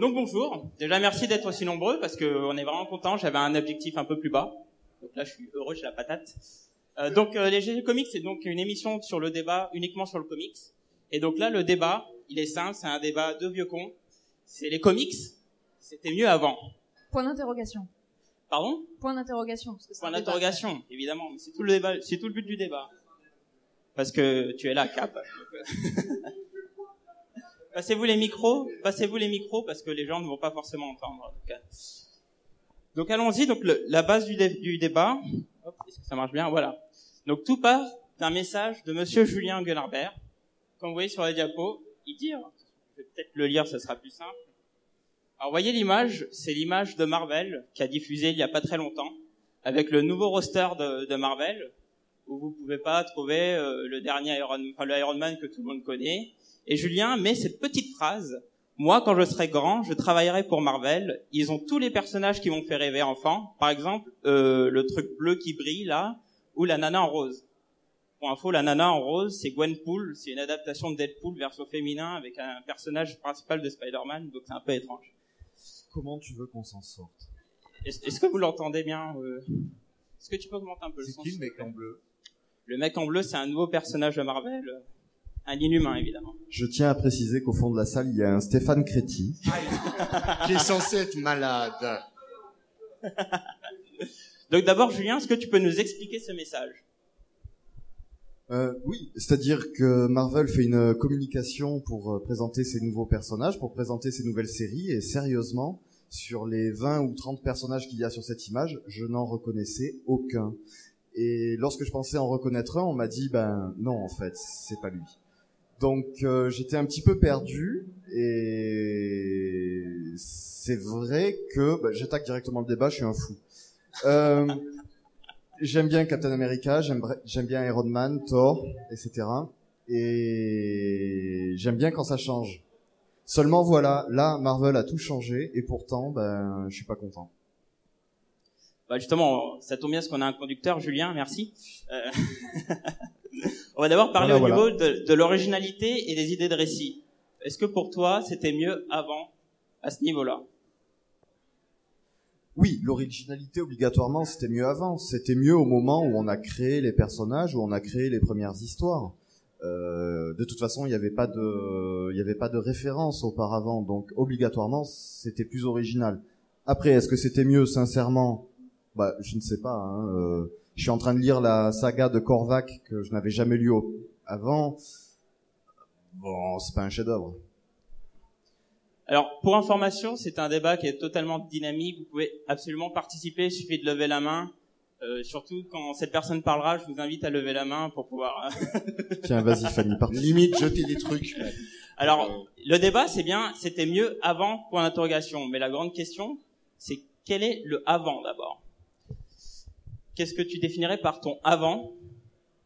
Donc bonjour. Déjà merci d'être aussi nombreux parce qu'on est vraiment content. J'avais un objectif un peu plus bas. Donc là je suis heureux, j'ai la patate. Donc les GG Comics, c'est donc une émission sur le débat uniquement sur le comics. Et donc là le débat, il est simple, c'est un débat de vieux cons. C'est les comics, c'était mieux avant. Point d'interrogation. Pardon ? Point d'interrogation. Point d'interrogation, évidemment. Mais c'est tout le débat, c'est tout le but du débat. Parce que tu es là, Cap. Passez-vous les micros parce que les gens ne vont pas forcément entendre. Donc allons-y. Donc la base du débat. Hop, est-ce que ça marche bien ? Voilà. Donc tout part d'un message de Monsieur Julien Guenarbert. Comme vous voyez sur la diapo, il dit. Je vais peut-être le lire, ça sera plus simple. Alors voyez l'image, c'est l'image de Marvel qui a diffusé il y a pas très longtemps avec le nouveau roster de Marvel où vous pouvez pas trouver le dernier le Iron Man que tout le monde connaît. Et Julien met cette petite phrase: moi, quand je serai grand, je travaillerai pour Marvel. Ils ont tous les personnages qui m'ont fait rêver enfant. Par exemple, le truc bleu qui brille là, ou la nana en rose. Pour info, la nana en rose, c'est Gwenpool. C'est une adaptation de Deadpool version féminin avec un personnage principal de Spider-Man. Donc c'est un peu étrange. Comment tu veux qu'on s'en sorte ? Est-ce que vous l'entendez bien Est-ce que tu peux augmenter un peu le son ? C'est qui le mec en bleu ? Le mec en bleu, c'est un nouveau personnage de Marvel. Un inhumain, évidemment. Je tiens à préciser qu'au fond de la salle, il y a un Stéphane Créti. Qui est censé être malade. Donc d'abord, Julien, est-ce que tu peux nous expliquer ce message ? Oui, c'est-à-dire que Marvel fait une communication pour présenter ses nouveaux personnages, pour présenter ses nouvelles séries, et sérieusement, sur les 20 ou 30 personnages qu'il y a sur cette image, je n'en reconnaissais aucun. Et lorsque je pensais en reconnaître un, on m'a dit, non, en fait, c'est pas lui. Donc j'étais un petit peu perdu, et c'est vrai que j'attaque directement le débat, je suis un fou. J'aime bien Captain America, j'aime bien Iron Man, Thor, etc. Et j'aime bien quand ça change. Seulement voilà, là Marvel a tout changé et pourtant je suis pas content. Justement, ça tombe bien parce qu'on a un conducteur, Julien, merci. On va d'abord parler au niveau de l'originalité et des idées de récit. Est-ce que pour toi, c'était mieux avant, à ce niveau-là ? Oui, l'originalité, obligatoirement, c'était mieux avant. C'était mieux au moment où on a créé les personnages, où on a créé les premières histoires. De toute façon, il n'y avait pas de référence auparavant, donc obligatoirement, c'était plus original. Après, est-ce que c'était mieux, sincèrement ? Je ne sais pas. Je suis en train de lire la saga de Korvac que je n'avais jamais lu avant. Bon, c'est pas un chef-d'œuvre. Alors, pour information, c'est un débat qui est totalement dynamique. Vous pouvez absolument participer. Il suffit de lever la main. Surtout quand cette personne parlera, je vous invite à lever la main pour pouvoir... Tiens, vas-y, Fanny, participe. Limite, jeter des trucs. Alors, le débat, c'est bien, c'était mieux avant, point d'interrogation. Mais la grande question, c'est quel est le avant, d'abord ? Qu'est-ce que tu définirais par ton avant, Julien ?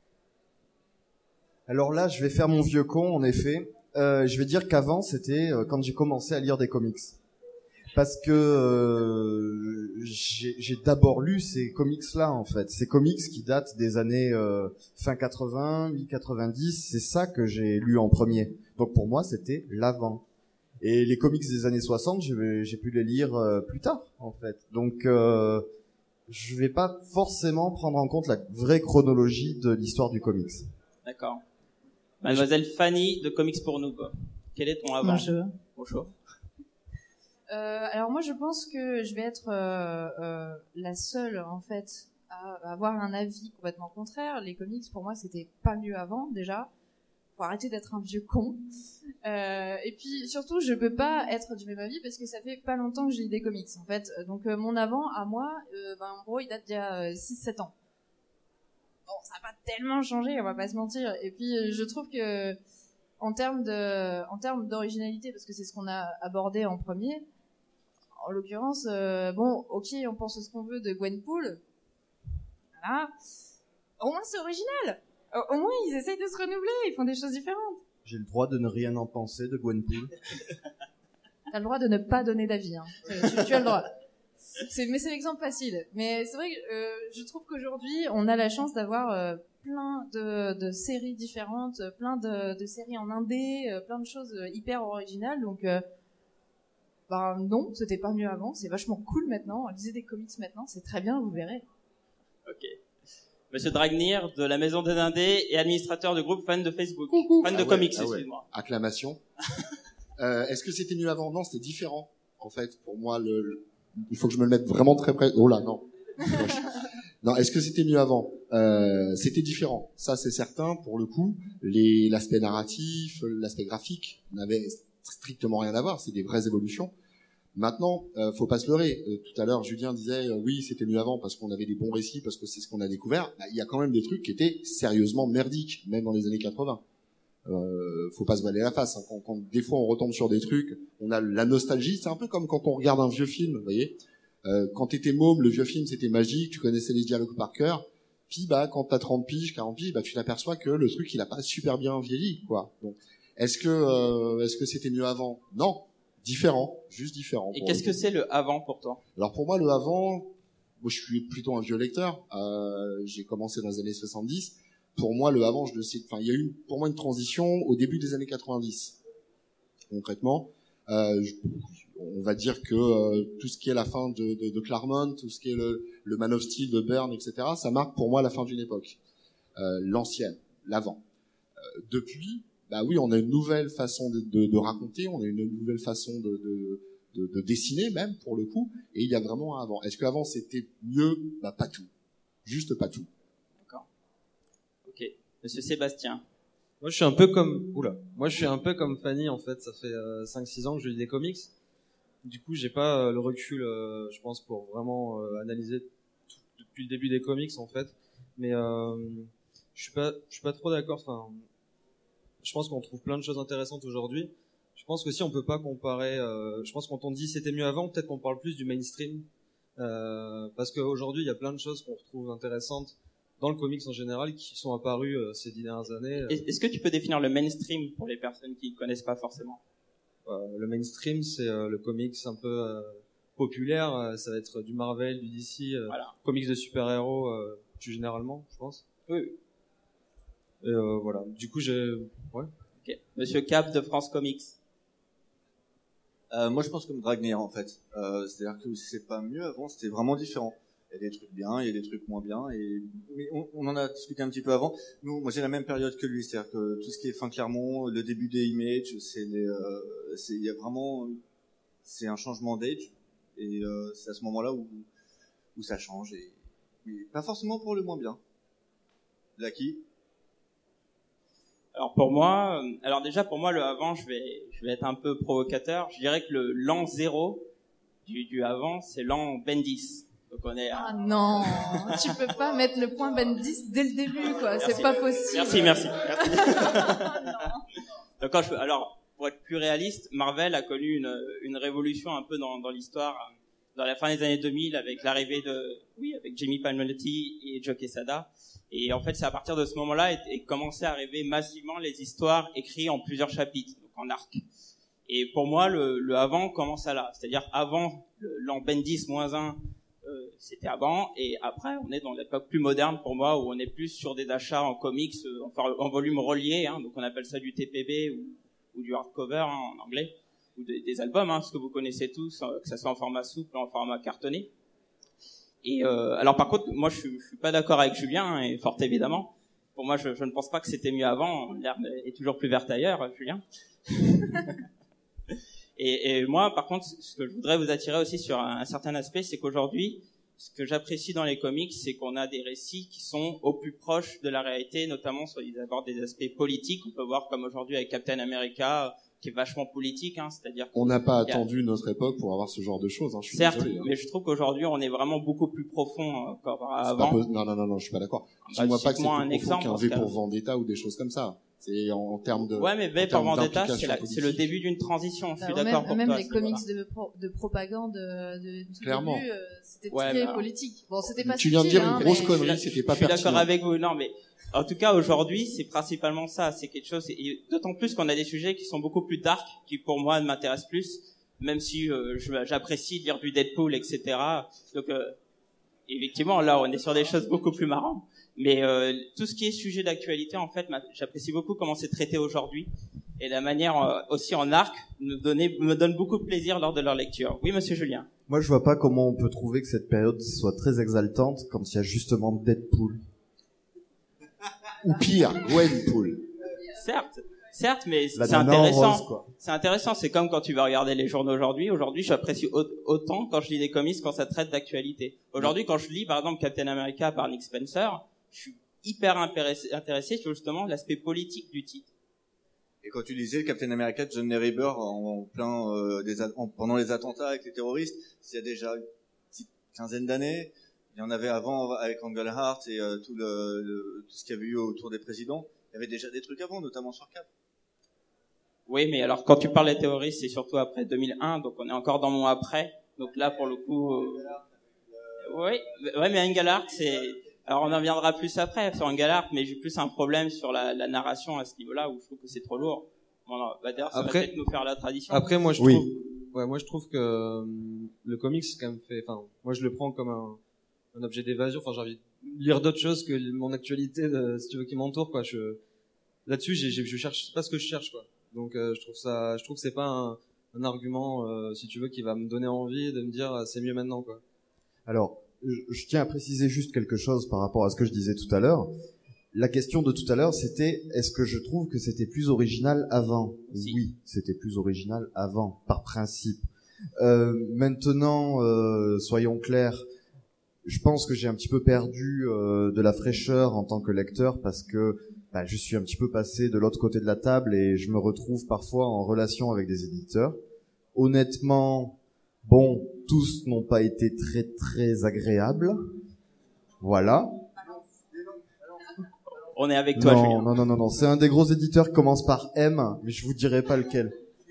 Alors là, je vais faire mon vieux con, en effet. Je vais dire qu'avant, c'était quand j'ai commencé à lire des comics. Parce que j'ai d'abord lu ces comics-là, en fait. Ces comics qui datent des années fin 80, mi-90, c'est ça que j'ai lu en premier. Donc pour moi, c'était l'avant. Et les comics des années 60, j'ai pu les lire plus tard, en fait. Donc je vais pas forcément prendre en compte la vraie chronologie de l'histoire du comics. D'accord. Mademoiselle Fanny de Comics pour nous. Quel est ton avant ? Bonjour. Alors moi je pense que je vais être la seule en fait à avoir un avis complètement contraire. Les comics pour moi c'était pas mieux avant déjà. Faut arrêter d'être un vieux con. Et puis surtout je peux pas être du même avis parce que ça fait pas longtemps que j'ai lu des comics en fait. Donc mon avant à moi, en gros il date d'il y a 6-7 ans. Bon, ça n'a pas tellement changé, on va pas se mentir. Et puis, je trouve que, en termes d'originalité, parce que c'est ce qu'on a abordé en premier, en l'occurrence, ok, on pense ce qu'on veut de Gwenpool. Voilà. Au moins, c'est original. Au moins, ils essayent de se renouveler, ils font des choses différentes. J'ai le droit de ne rien en penser de Gwenpool. T'as le droit de ne pas donner d'avis, hein. Tu as le droit. Mais c'est l'exemple facile. Mais c'est vrai que je trouve qu'aujourd'hui, on a la chance d'avoir plein de séries différentes, plein de séries en indé, plein de choses hyper originales. Donc Ben non, c'était pas mieux avant, c'est vachement cool maintenant. Lisez des comics maintenant, c'est très bien, vous verrez. Ok. Monsieur Dragnir, de la Maison des Indés et administrateur du groupe fan de Facebook. Fan de comics, excuse-moi. Acclamation. Est-ce que c'était mieux avant? Non, c'était différent. En fait, pour moi, il faut que je me le mette vraiment très près. Oh là, non. Non, est-ce que c'était mieux avant? C'était différent. Ça, c'est certain. Pour le coup, l'aspect narratif, l'aspect graphique n'avait strictement rien à voir. C'est des vraies évolutions. Maintenant, faut pas se leurrer. Tout à l'heure, Julien disait oui, c'était mieux avant parce qu'on avait des bons récits, parce que c'est ce qu'on a découvert. Il y a quand même des trucs qui étaient sérieusement merdiques, même dans les années 80. Faut pas se voiler la face. Hein. Quand des fois on retombe sur des trucs, on a la nostalgie. C'est un peu comme quand on regarde un vieux film, vous voyez. Quand t'étais môme, le vieux film c'était magique, tu connaissais les dialogues par cœur. Puis quand t'as 30 piges, 40 piges, tu t'aperçois que le truc il a pas super bien vieilli, quoi. Donc, est-ce que c'était mieux avant? Non. Différent, juste différent. Et qu'est-ce que c'est le avant pour toi? Alors pour moi, le avant, moi je suis plutôt un vieux lecteur. J'ai commencé dans les années 70. Pour moi, le avant, il y a eu pour moi une transition au début des années 90. Concrètement, on va dire que tout ce qui est la fin de Claremont, tout ce qui est le Man of Steel de Byrne, etc., ça marque pour moi la fin d'une époque. L'ancienne, l'avant. Depuis, oui, on a une nouvelle façon de raconter, on a une nouvelle façon de dessiner même pour le coup, et il y a vraiment un avant. Est-ce qu'avant c'était mieux? Pas tout, juste pas tout. D'accord. Ok, Monsieur Sébastien. Moi je suis un peu comme Fanny en fait. Ça fait 5-6 ans que je lis des comics. Du coup j'ai pas le recul, je pense, pour vraiment analyser tout, depuis le début des comics en fait. Mais je suis pas trop d'accord. Enfin. Je pense qu'on trouve plein de choses intéressantes aujourd'hui. Je pense qu'aussi on peut pas comparer. Je pense que quand on dit c'était mieux avant, peut-être qu'on parle plus du mainstream, parce qu'aujourd'hui il y a plein de choses qu'on retrouve intéressantes dans le comics en général qui sont apparues ces 10 dernières années. Est-ce que tu peux définir le mainstream pour les personnes qui ne connaissent pas forcément? Le mainstream, c'est le comics un peu populaire. Ça va être du Marvel, du DC, voilà. Comics de super-héros plus généralement, je pense. Oui. Et voilà. Du coup, ouais. Ok. Monsieur Cap de France Comics. Moi, je pense comme Dragnir, en fait. C'est-à-dire que c'est pas mieux avant, c'était vraiment différent. Il y a des trucs bien, il y a des truc moins bien, mais on en a discuté un petit peu avant. Moi, j'ai la même période que lui, c'est-à-dire que tout ce qui est fin Clermont, le début des Image, il y a vraiment, c'est un changement d'âge, et c'est à ce moment-là où ça change, mais pas forcément pour le moins bien. Lucky. Alors pour moi, le avant, je vais être un peu provocateur. Je dirais que l'an 0 du avant, c'est l'an Bendis. Donc on est. Ah non, tu peux pas mettre le point Bendis dès le début, quoi. Merci. C'est pas possible. Merci. Donc alors, pour être plus réaliste, Marvel a connu une révolution un peu dans l'histoire, dans la fin des années 2000, avec l'arrivée avec Jamie Palmiotti et Joe Quesada. Et en fait, c'est à partir de ce moment-là et commençaient à arriver massivement les histoires écrites en plusieurs chapitres, donc en arc. Et pour moi, le avant commence à là. C'est-à-dire avant l'an Bendis -1, c'était avant, et après on est dans l'époque plus moderne pour moi, où on est plus sur des achats en comics, en volume relié, donc on appelle ça du TPB ou du hardcover en anglais, ou des albums, ce que vous connaissez tous, que ça soit en format souple ou en format cartonné. Et alors par contre, moi je suis pas d'accord avec Julien, et fort évidemment. Pour moi, je ne pense pas que c'était mieux avant. L'herbe est toujours plus verte ailleurs, Julien. Et moi, par contre, ce que je voudrais vous attirer aussi sur un certain aspect, c'est qu'aujourd'hui, ce que j'apprécie dans les comics, c'est qu'on a des récits qui sont au plus proches de la réalité, notamment ils abordent des aspects politiques. On peut voir comme aujourd'hui avec Captain America, qui est vachement politique, c'est-à-dire on n'a pas attendu notre époque pour avoir ce genre de choses. Je suis certes, désolé, mais je trouve qu'aujourd'hui on est vraiment beaucoup plus profond encore avant. Non, je suis pas d'accord. Dis-moi pas que c'est plus profond qu'un V pour Vendetta ou des choses comme ça. C'est en termes de. Ouais, mais V pour Vendetta, c'est le début d'une transition. Je suis d'accord pour toi. Même les comics de propagande de tout clairement. Début, c'était très politique. Bon, c'était pas. Tu viens de dire une grosse connerie, c'était pas pertinent. Je suis d'accord avec vous. Non, mais en tout cas, aujourd'hui, c'est principalement ça. C'est quelque chose, et d'autant plus qu'on a des sujets qui sont beaucoup plus dark, qui pour moi m'intéressent plus, même si j'apprécie de lire du Deadpool, etc. Donc, effectivement, là, on est sur des choses beaucoup plus marrantes. Mais tout ce qui est sujet d'actualité, en fait, j'apprécie beaucoup comment c'est traité aujourd'hui. et la manière aussi en arc me donne beaucoup de plaisir lors de leur lecture. Oui, monsieur Julien. Moi, je vois pas comment on peut trouver que cette période soit très exaltante quand il y a justement Deadpool. Ou pire, Gwenpool. Certes, mais La c'est nana en intéressant. rose, quoi. C'est intéressant. C'est comme quand tu vas regarder les journaux aujourd'hui. Aujourd'hui, j'apprécie autant quand je lis des comics quand ça traite d'actualité. Aujourd'hui, quand je lis, par exemple, Captain America par Nick Spencer, je suis hyper intéressé sur justement l'aspect politique du titre. Et quand tu lisais le Captain America de John Lieber pendant les attentats avec les terroristes, il y a déjà une petite quinzaine d'années, il y en avait avant avec Engelhart et tout ce qu'il y avait eu autour des présidents, il y avait déjà des trucs avant, notamment sur Cap. Oui, mais alors quand tu parles des terroristes, c'est surtout après 2001, donc on est encore dans mon après. Donc là, pour le coup, oui, mais Engelhart, c'est. Alors on en viendra plus après sur Engelhart, mais j'ai plus un problème sur la narration à ce niveau-là où je trouve que c'est trop lourd. Bon, non, d'ailleurs, ça va peut-être nous faire la tradition. Après, moi je trouve que le comics c'est quand même fait. Enfin, moi je le prends comme un objet d'évasion. Enfin, j'ai envie de lire d'autres choses que mon actualité, si tu veux, qui m'entoure, quoi. Là-dessus, je cherche pas ce que je cherche, quoi. Donc je trouve que c'est pas un argument, si tu veux, qui va me donner envie de me dire c'est mieux maintenant, quoi. Alors, je tiens à préciser juste quelque chose par rapport à ce que je disais tout à l'heure. La question de tout à l'heure, c'était est-ce que je trouve que c'était plus original avant ? Si. Oui, c'était plus original avant, par principe. Maintenant, soyons clairs, je pense que j'ai un petit peu perdu de la fraîcheur en tant que lecteur parce que je suis un petit peu passé de l'autre côté de la table et je me retrouve parfois en relation avec des éditeurs. Honnêtement, bon, tous n'ont pas été très très agréables. Voilà. On est avec toi, Julien. Non. C'est un des gros éditeurs qui commence par M, mais je vous dirai pas lequel.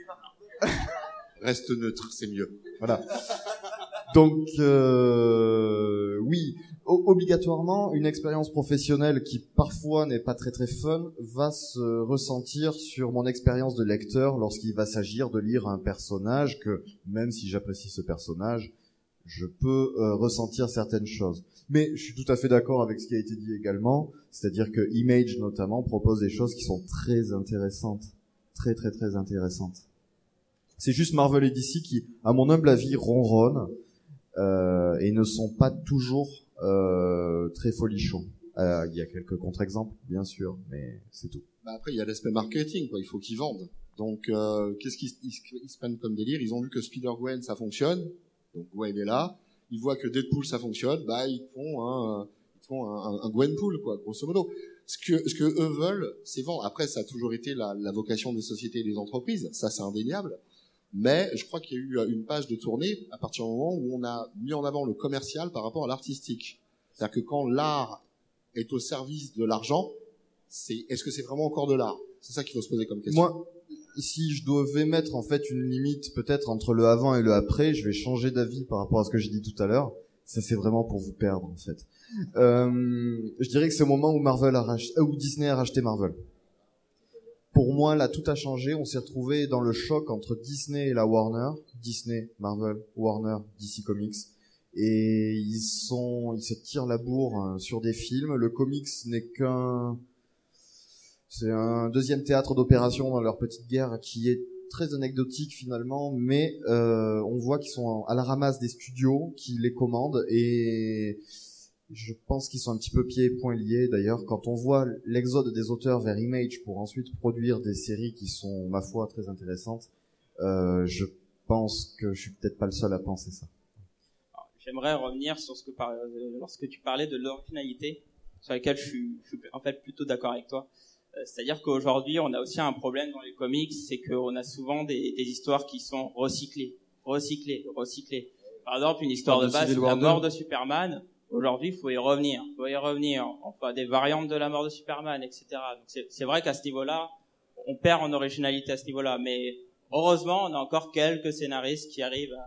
Reste neutre, c'est mieux. Voilà. Donc, oui, obligatoirement, une expérience professionnelle qui parfois n'est pas très très fun va se ressentir sur mon expérience de lecteur lorsqu'il va s'agir de lire un personnage que, même si j'apprécie ce personnage, je peux ressentir certaines choses. Mais je suis tout à fait d'accord avec ce qui a été dit également, c'est-à-dire que Image notamment propose des choses qui sont très intéressantes, très très très intéressantes. C'est juste Marvel et DC qui, à mon humble avis, ronronnent et ne sont pas toujours très folichons. Il y a quelques contre-exemples, bien sûr, mais c'est tout. Après, il y a l'aspect marketing, quoi. Il faut qu'ils vendent. Donc, qu'est-ce qu'ils se prennent comme délire ? Ils ont vu que Spider-Gwen, ça fonctionne. Donc, Gwen est là. Ils voient que Deadpool, ça fonctionne. Ils font un Gwenpool, quoi, grosso modo. Ce que eux veulent, c'est vendre. Après, ça a toujours été la vocation des sociétés et des entreprises. Ça, c'est indéniable. Mais je crois qu'il y a eu une page de tournée à partir du moment où on a mis en avant le commercial par rapport à l'artistique. C'est-à-dire que quand l'art est au service de l'argent, est-ce que c'est vraiment encore de l'art ? C'est ça qu'il faut se poser comme question. Moi, si je devais mettre en fait une limite peut-être entre le avant et le après, je vais changer d'avis par rapport à ce que j'ai dit tout à l'heure. Ça, c'est vraiment pour vous perdre en fait. Je dirais que c'est au moment où où Disney a racheté Marvel. Pour moi, là, tout a changé. On s'est retrouvé dans le choc entre Disney et la Warner. Disney, Marvel, Warner, DC Comics. Et ils se tirent la bourre sur des films. Le comics c'est un deuxième théâtre d'opération dans leur petite guerre qui est très anecdotique finalement, mais on voit qu'ils sont à la ramasse des studios qui les commandent et je pense qu'ils sont un petit peu pieds et poings liés. D'ailleurs, quand on voit l'exode des auteurs vers Image pour ensuite produire des séries qui sont, ma foi, très intéressantes, je pense que je suis peut-être pas le seul à penser ça. Alors, j'aimerais revenir sur lorsque tu parlais de l'originalité, sur laquelle je suis en fait plutôt d'accord avec toi. C'est-à-dire qu'aujourd'hui, on a aussi un problème dans les comics, c'est qu'on a souvent des histoires qui sont recyclées. Par exemple, une histoire de base, la mort de Superman. Aujourd'hui, il faut y revenir. On fait des variantes de la mort de Superman, etc. Donc c'est vrai qu'à ce niveau-là, on perd en originalité à ce niveau-là. Mais heureusement, on a encore quelques scénaristes qui arrivent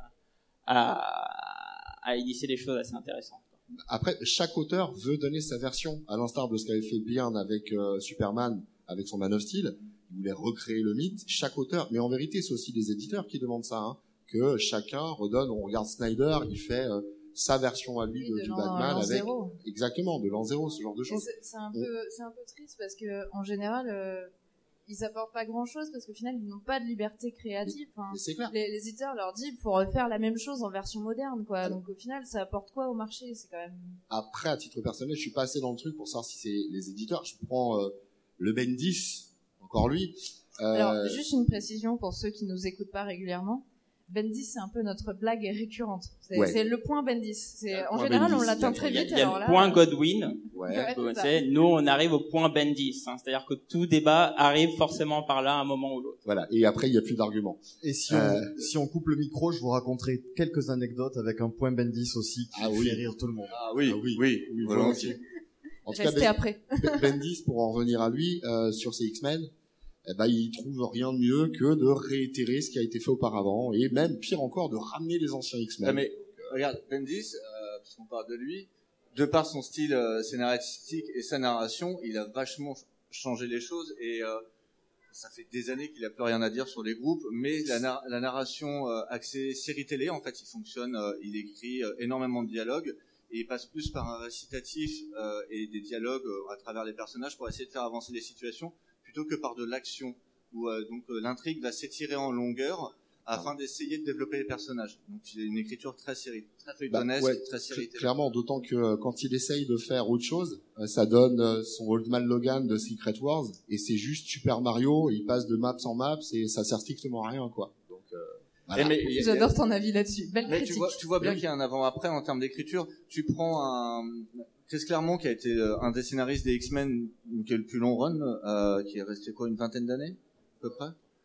à initier des choses assez intéressantes. Après, chaque auteur veut donner sa version, à l'instar de ce qu'avait fait Byrne avec Superman, avec son Man of Steel. Il voulait recréer le mythe. Chaque auteur, mais en vérité, c'est aussi les éditeurs qui demandent ça, que chacun redonne. On regarde Snyder, il fait sa version à lui du Batman avec zéro. Exactement de l'an zéro, ce genre de choses. C'est un peu triste parce que en général ils apportent pas grand-chose parce qu'au final, ils n'ont pas de liberté créative. Enfin, C'est clair. les éditeurs leur disent faut refaire la même chose en version moderne, quoi. Donc au final, ça apporte quoi au marché? C'est quand même. Après, à titre personnel, je suis pas assez dans le truc pour savoir si c'est les éditeurs. Je prends le Bendis, encore lui. Alors, juste une précision pour ceux qui nous écoutent pas régulièrement. Bendis, c'est un peu notre blague récurrente. C'est le point Bendis. En général, Bendis, on l'atteint très vite. Il y a le point Godwin. Ouais. Ouais, c'est ça. Nous, on arrive au point Bendis. C'est-à-dire que tout débat arrive forcément par là à un moment ou l'autre. Voilà. Et après, il y a plus d'arguments. Et si on coupe le micro, je vous raconterai quelques anecdotes avec un point Bendis aussi qui fait rire tout le monde. Ah oui, volontiers. En tout Restez cas, après. Bendis, pour en revenir à lui, sur ses X-Men, il trouve rien de mieux que de réitérer ce qui a été fait auparavant, et même pire encore, de ramener les anciens X-Men. Mais regarde, Bendis, puisqu'on parle de lui, de par son style scénaristique et sa narration, il a vachement changé les choses, et ça fait des années qu'il a plus rien à dire sur les groupes, mais la narration axée série télé, en fait, il fonctionne, il écrit énormément de dialogues, et il passe plus par un récitatif et des dialogues à travers les personnages pour essayer de faire avancer les situations, plutôt que par de l'action, où donc l'intrigue va s'étirer en longueur afin d'essayer de développer les personnages. Donc il y a une écriture très feuilletonesque, très série. Clairement, d'autant que quand il essaye de faire autre chose, ça donne son Old Man Logan de Secret Wars, et c'est juste Super Mario, il passe de maps en maps, et ça sert strictement à rien, quoi. Donc, voilà. J'adore ton avis là-dessus. Belle mais critique. tu vois bien qu'il y a un avant-après en termes d'écriture. Tu prends Chris Claremont, qui a été un des scénaristes des X-Men qui a le plus long run, qui est resté une vingtaine d'années à peu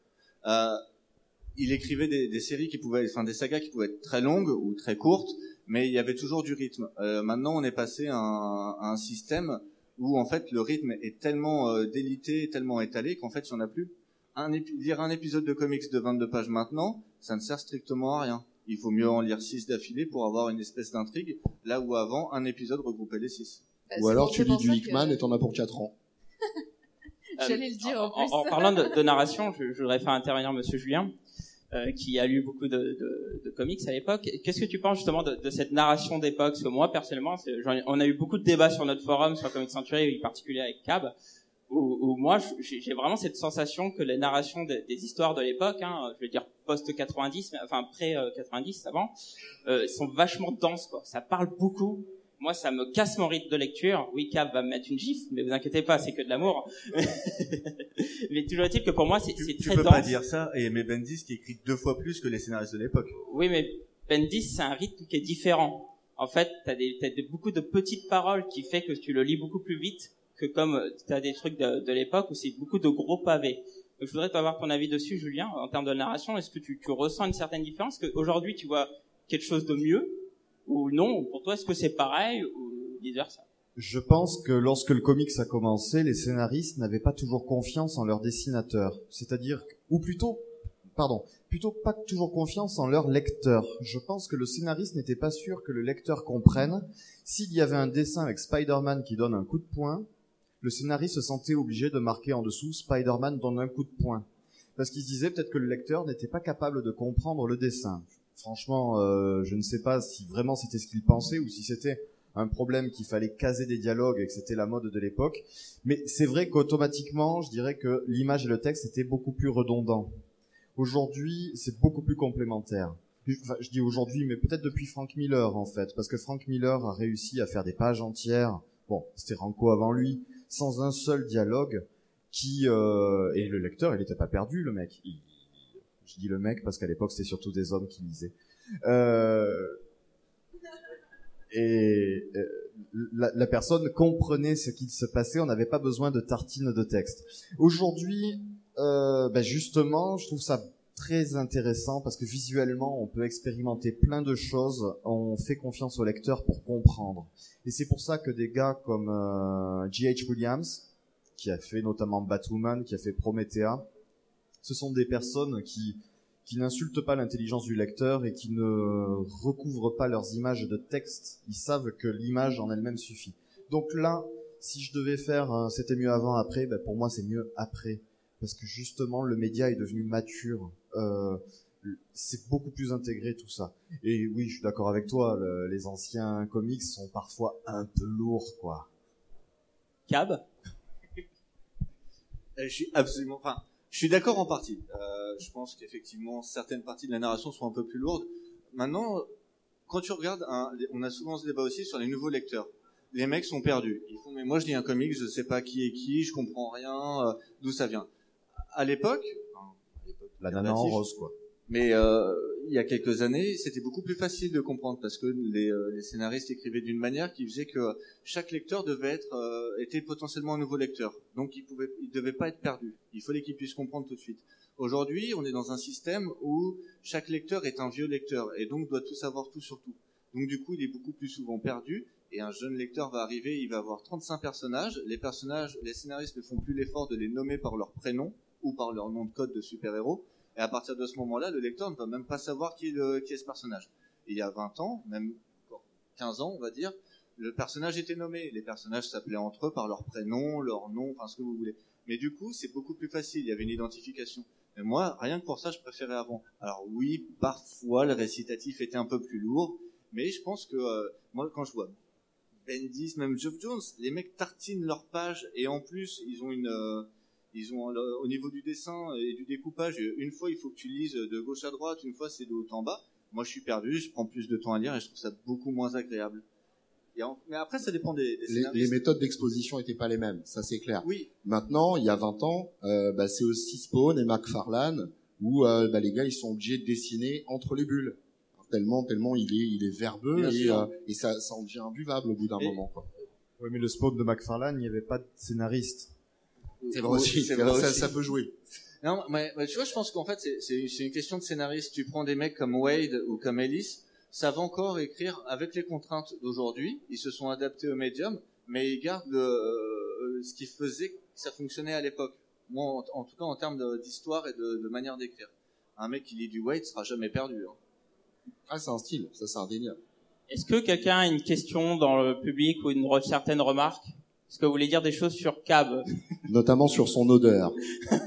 près. Il écrivait des séries des sagas qui pouvaient être très longues ou très courtes, mais il y avait toujours du rythme. Maintenant, on est passé à un système où en fait le rythme est tellement délité, tellement étalé qu'en fait, il y en a plus. Lire un épisode de comics de 22 pages maintenant, ça ne sert strictement à rien. Il faut mieux en lire 6 d'affilée pour avoir une espèce d'intrigue, là où avant, un épisode regroupait les 6. Ou alors tu lis du Hickman et t'en as pour 4 ans. J'allais le dire en plus. En parlant de narration, je voudrais faire intervenir Monsieur Julien, qui a lu beaucoup de comics à l'époque. Qu'est-ce que tu penses justement de cette narration d'époque? Parce que moi, personnellement, on a eu beaucoup de débats sur notre forum, sur Comic Century, en particulier avec Cab, où moi, j'ai vraiment cette sensation que les narrations des histoires de l'époque, je veux dire post-90, enfin pré-90 avant, sont vachement denses, quoi. Ça parle beaucoup. Moi, ça me casse mon rythme de lecture. Oui, Cab va me mettre une gifle, mais vous inquiétez pas, c'est que de l'amour. Mais toujours est-il que pour moi, c'est très dense. Tu peux pas dire ça et aimer Bendis qui écrit 2 fois plus que les scénaristes de l'époque. Oui, mais Bendis, c'est un rythme qui est différent. En fait, t'as beaucoup de petites paroles qui fait que tu le lis beaucoup plus vite que comme t'as des trucs de l'époque où c'est beaucoup de gros pavés. Donc, je voudrais avoir ton avis dessus, Julien, en termes de narration. Est-ce que tu ressens une certaine différence? Est-ce qu'aujourd'hui, tu vois quelque chose de mieux? Ou non, pour toi, est-ce que c'est pareil ou vice-versa? Je pense que lorsque le comics a commencé, les scénaristes n'avaient pas toujours confiance en leurs dessinateurs. Plutôt pas toujours confiance en leurs lecteurs. Je pense que le scénariste n'était pas sûr que le lecteur comprenne. S'il y avait un dessin avec Spider-Man qui donne un coup de poing, le scénariste se sentait obligé de marquer en dessous Spider-Man donne un coup de poing. Parce qu'il se disait peut-être que le lecteur n'était pas capable de comprendre le dessin. Franchement, je ne sais pas si vraiment c'était ce qu'il pensait ou si c'était un problème qu'il fallait caser des dialogues et que c'était la mode de l'époque. Mais c'est vrai qu'automatiquement, je dirais que l'image et le texte étaient beaucoup plus redondants. Aujourd'hui, c'est beaucoup plus complémentaire. Enfin, je dis aujourd'hui, mais peut-être depuis Frank Miller, en fait. Parce que Frank Miller a réussi à faire des pages entières. Bon, c'était Ranco avant lui, sans un seul dialogue et le lecteur, il était pas perdu, le mec. Je dis le mec parce qu'à l'époque, c'était surtout des hommes qui lisaient. La personne comprenait ce qui se passait, on n'avait pas besoin de tartines de texte. Aujourd'hui, justement, je trouve ça très intéressant parce que visuellement, on peut expérimenter plein de choses, on fait confiance au lecteur pour comprendre. Et c'est pour ça que des gars comme J.H. Williams, qui a fait notamment Batwoman, qui a fait Promethea, ce sont des personnes qui n'insultent pas l'intelligence du lecteur et qui ne recouvrent pas leurs images de texte. Ils savent que l'image en elle-même suffit. Donc là, si je devais faire c'était mieux avant, après, pour moi c'est mieux après. Parce que justement, le média est devenu mature. C'est beaucoup plus intégré tout ça. Et oui, je suis d'accord avec toi, les anciens comics sont parfois un peu lourds, quoi. Cab? Je suis d'accord en partie. Je pense qu'effectivement, certaines parties de la narration sont un peu plus lourdes. Maintenant, quand tu regardes, on a souvent ce débat aussi sur les nouveaux lecteurs. Les mecs sont perdus. Ils font, mais moi je lis un comic, je sais pas qui est qui, je comprends rien, d'où ça vient. À l'époque, la nana en rose, quoi. Mais il y a quelques années, c'était beaucoup plus facile de comprendre parce que les scénaristes écrivaient d'une manière qui faisait que chaque lecteur était potentiellement un nouveau lecteur. Donc il devait pas être perdu. Il fallait qu'il puisse comprendre tout de suite. Aujourd'hui, on est dans un système où chaque lecteur est un vieux lecteur et donc doit tout savoir tout sur tout. Donc du coup, il est beaucoup plus souvent perdu et un jeune lecteur va arriver, il va avoir 35 personnages. Les scénaristes ne font plus l'effort de les nommer par leur prénom ou par leur nom de code de super-héros. Et à partir de ce moment-là, le lecteur ne va même pas savoir qui est ce personnage. Et il y a 20 ans, même 15 ans, on va dire, le personnage était nommé. Les personnages s'appelaient entre eux par leur prénom, leur nom, enfin ce que vous voulez. Mais du coup, c'est beaucoup plus facile. Il y avait une identification. Mais moi, rien que pour ça, je préférais avant. Alors oui, parfois, le récitatif était un peu plus lourd. Mais je pense que, moi, quand je vois Bendis, même Geoff Jones, les mecs tartinent leur page. Et en plus, ils ont au niveau du dessin et du découpage, une fois il faut que tu lises de gauche à droite, une fois c'est de haut en bas. Moi je suis perdu, je prends plus de temps à lire et je trouve ça beaucoup moins agréable. Mais après ça dépend des scénaristes. Les méthodes d'exposition étaient pas les mêmes, ça c'est clair. Oui. Maintenant, il y a 20 ans, c'est aussi Spawn et McFarlane où les gars ils sont obligés de dessiner entre les bulles. Tellement il est verbeux et ça en devient imbuvable au bout d'un moment, quoi. Oui, mais le Spawn de McFarlane, il n'y avait pas de scénariste. C'est vrai aussi, ça peut jouer. Non, mais tu vois, je pense qu'en fait, c'est une question de scénariste. Tu prends des mecs comme Wade ou comme Ellis, savent encore écrire avec les contraintes d'aujourd'hui. Ils se sont adaptés au médium, mais ils gardent ce qui faisait que ça fonctionnait à l'époque. Moi, en tout cas, en termes d'histoire et de manière d'écrire. Un mec qui lit du Wade sera jamais perdu. Hein. Ah, c'est un style, ça c'est indéniable. Est-ce que quelqu'un a une question dans le public ou une certaine remarque? Est-ce que vous voulez dire des choses sur Cab? Notamment sur son odeur.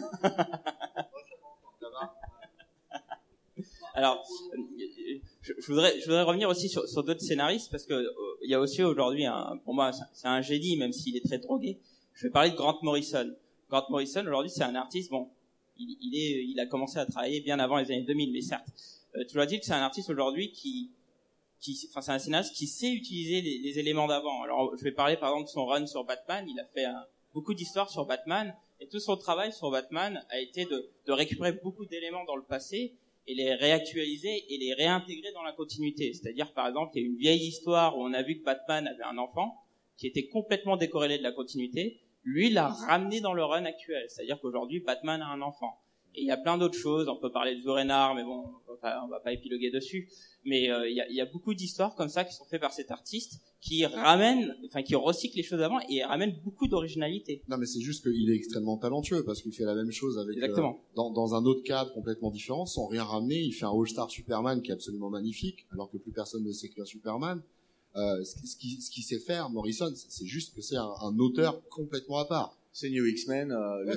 Alors, je voudrais revenir aussi sur d'autres scénaristes parce que il y a aussi aujourd'hui pour moi c'est un génie même s'il est très drogué. Je vais parler de Grant Morrison. Grant Morrison aujourd'hui c'est un artiste. Bon, il a commencé à travailler bien avant les années 2000, mais certes, toujours dit que c'est un artiste aujourd'hui c'est un scénariste qui sait utiliser les éléments d'avant. Alors, je vais parler par exemple de son run sur Batman. Il a fait beaucoup d'histoires sur Batman, et tout son travail sur Batman a été de récupérer beaucoup d'éléments dans le passé et les réactualiser et les réintégrer dans la continuité. C'est-à-dire, par exemple, il y a une vieille histoire où on a vu que Batman avait un enfant qui était complètement décorrélé de la continuité. Lui, l'a ramené dans le run actuel. C'est-à-dire qu'aujourd'hui, Batman a un enfant. Et il y a plein d'autres choses. On peut parler de Zur-En-Arrh, mais bon, on va pas épiloguer dessus. Mais il y a beaucoup d'histoires comme ça qui sont faites par cet artiste qui recycle les choses avant et ramène beaucoup d'originalité. Non, mais c'est juste qu'il est extrêmement talentueux parce qu'il fait la même chose avec dans un autre cadre complètement différent, sans rien ramener. Il fait un All-Star Superman qui est absolument magnifique, alors que plus personne ne sait écrire Superman. Ce qu'il sait faire, Morrison, c'est juste que c'est un auteur complètement à part. C'est New X-Men.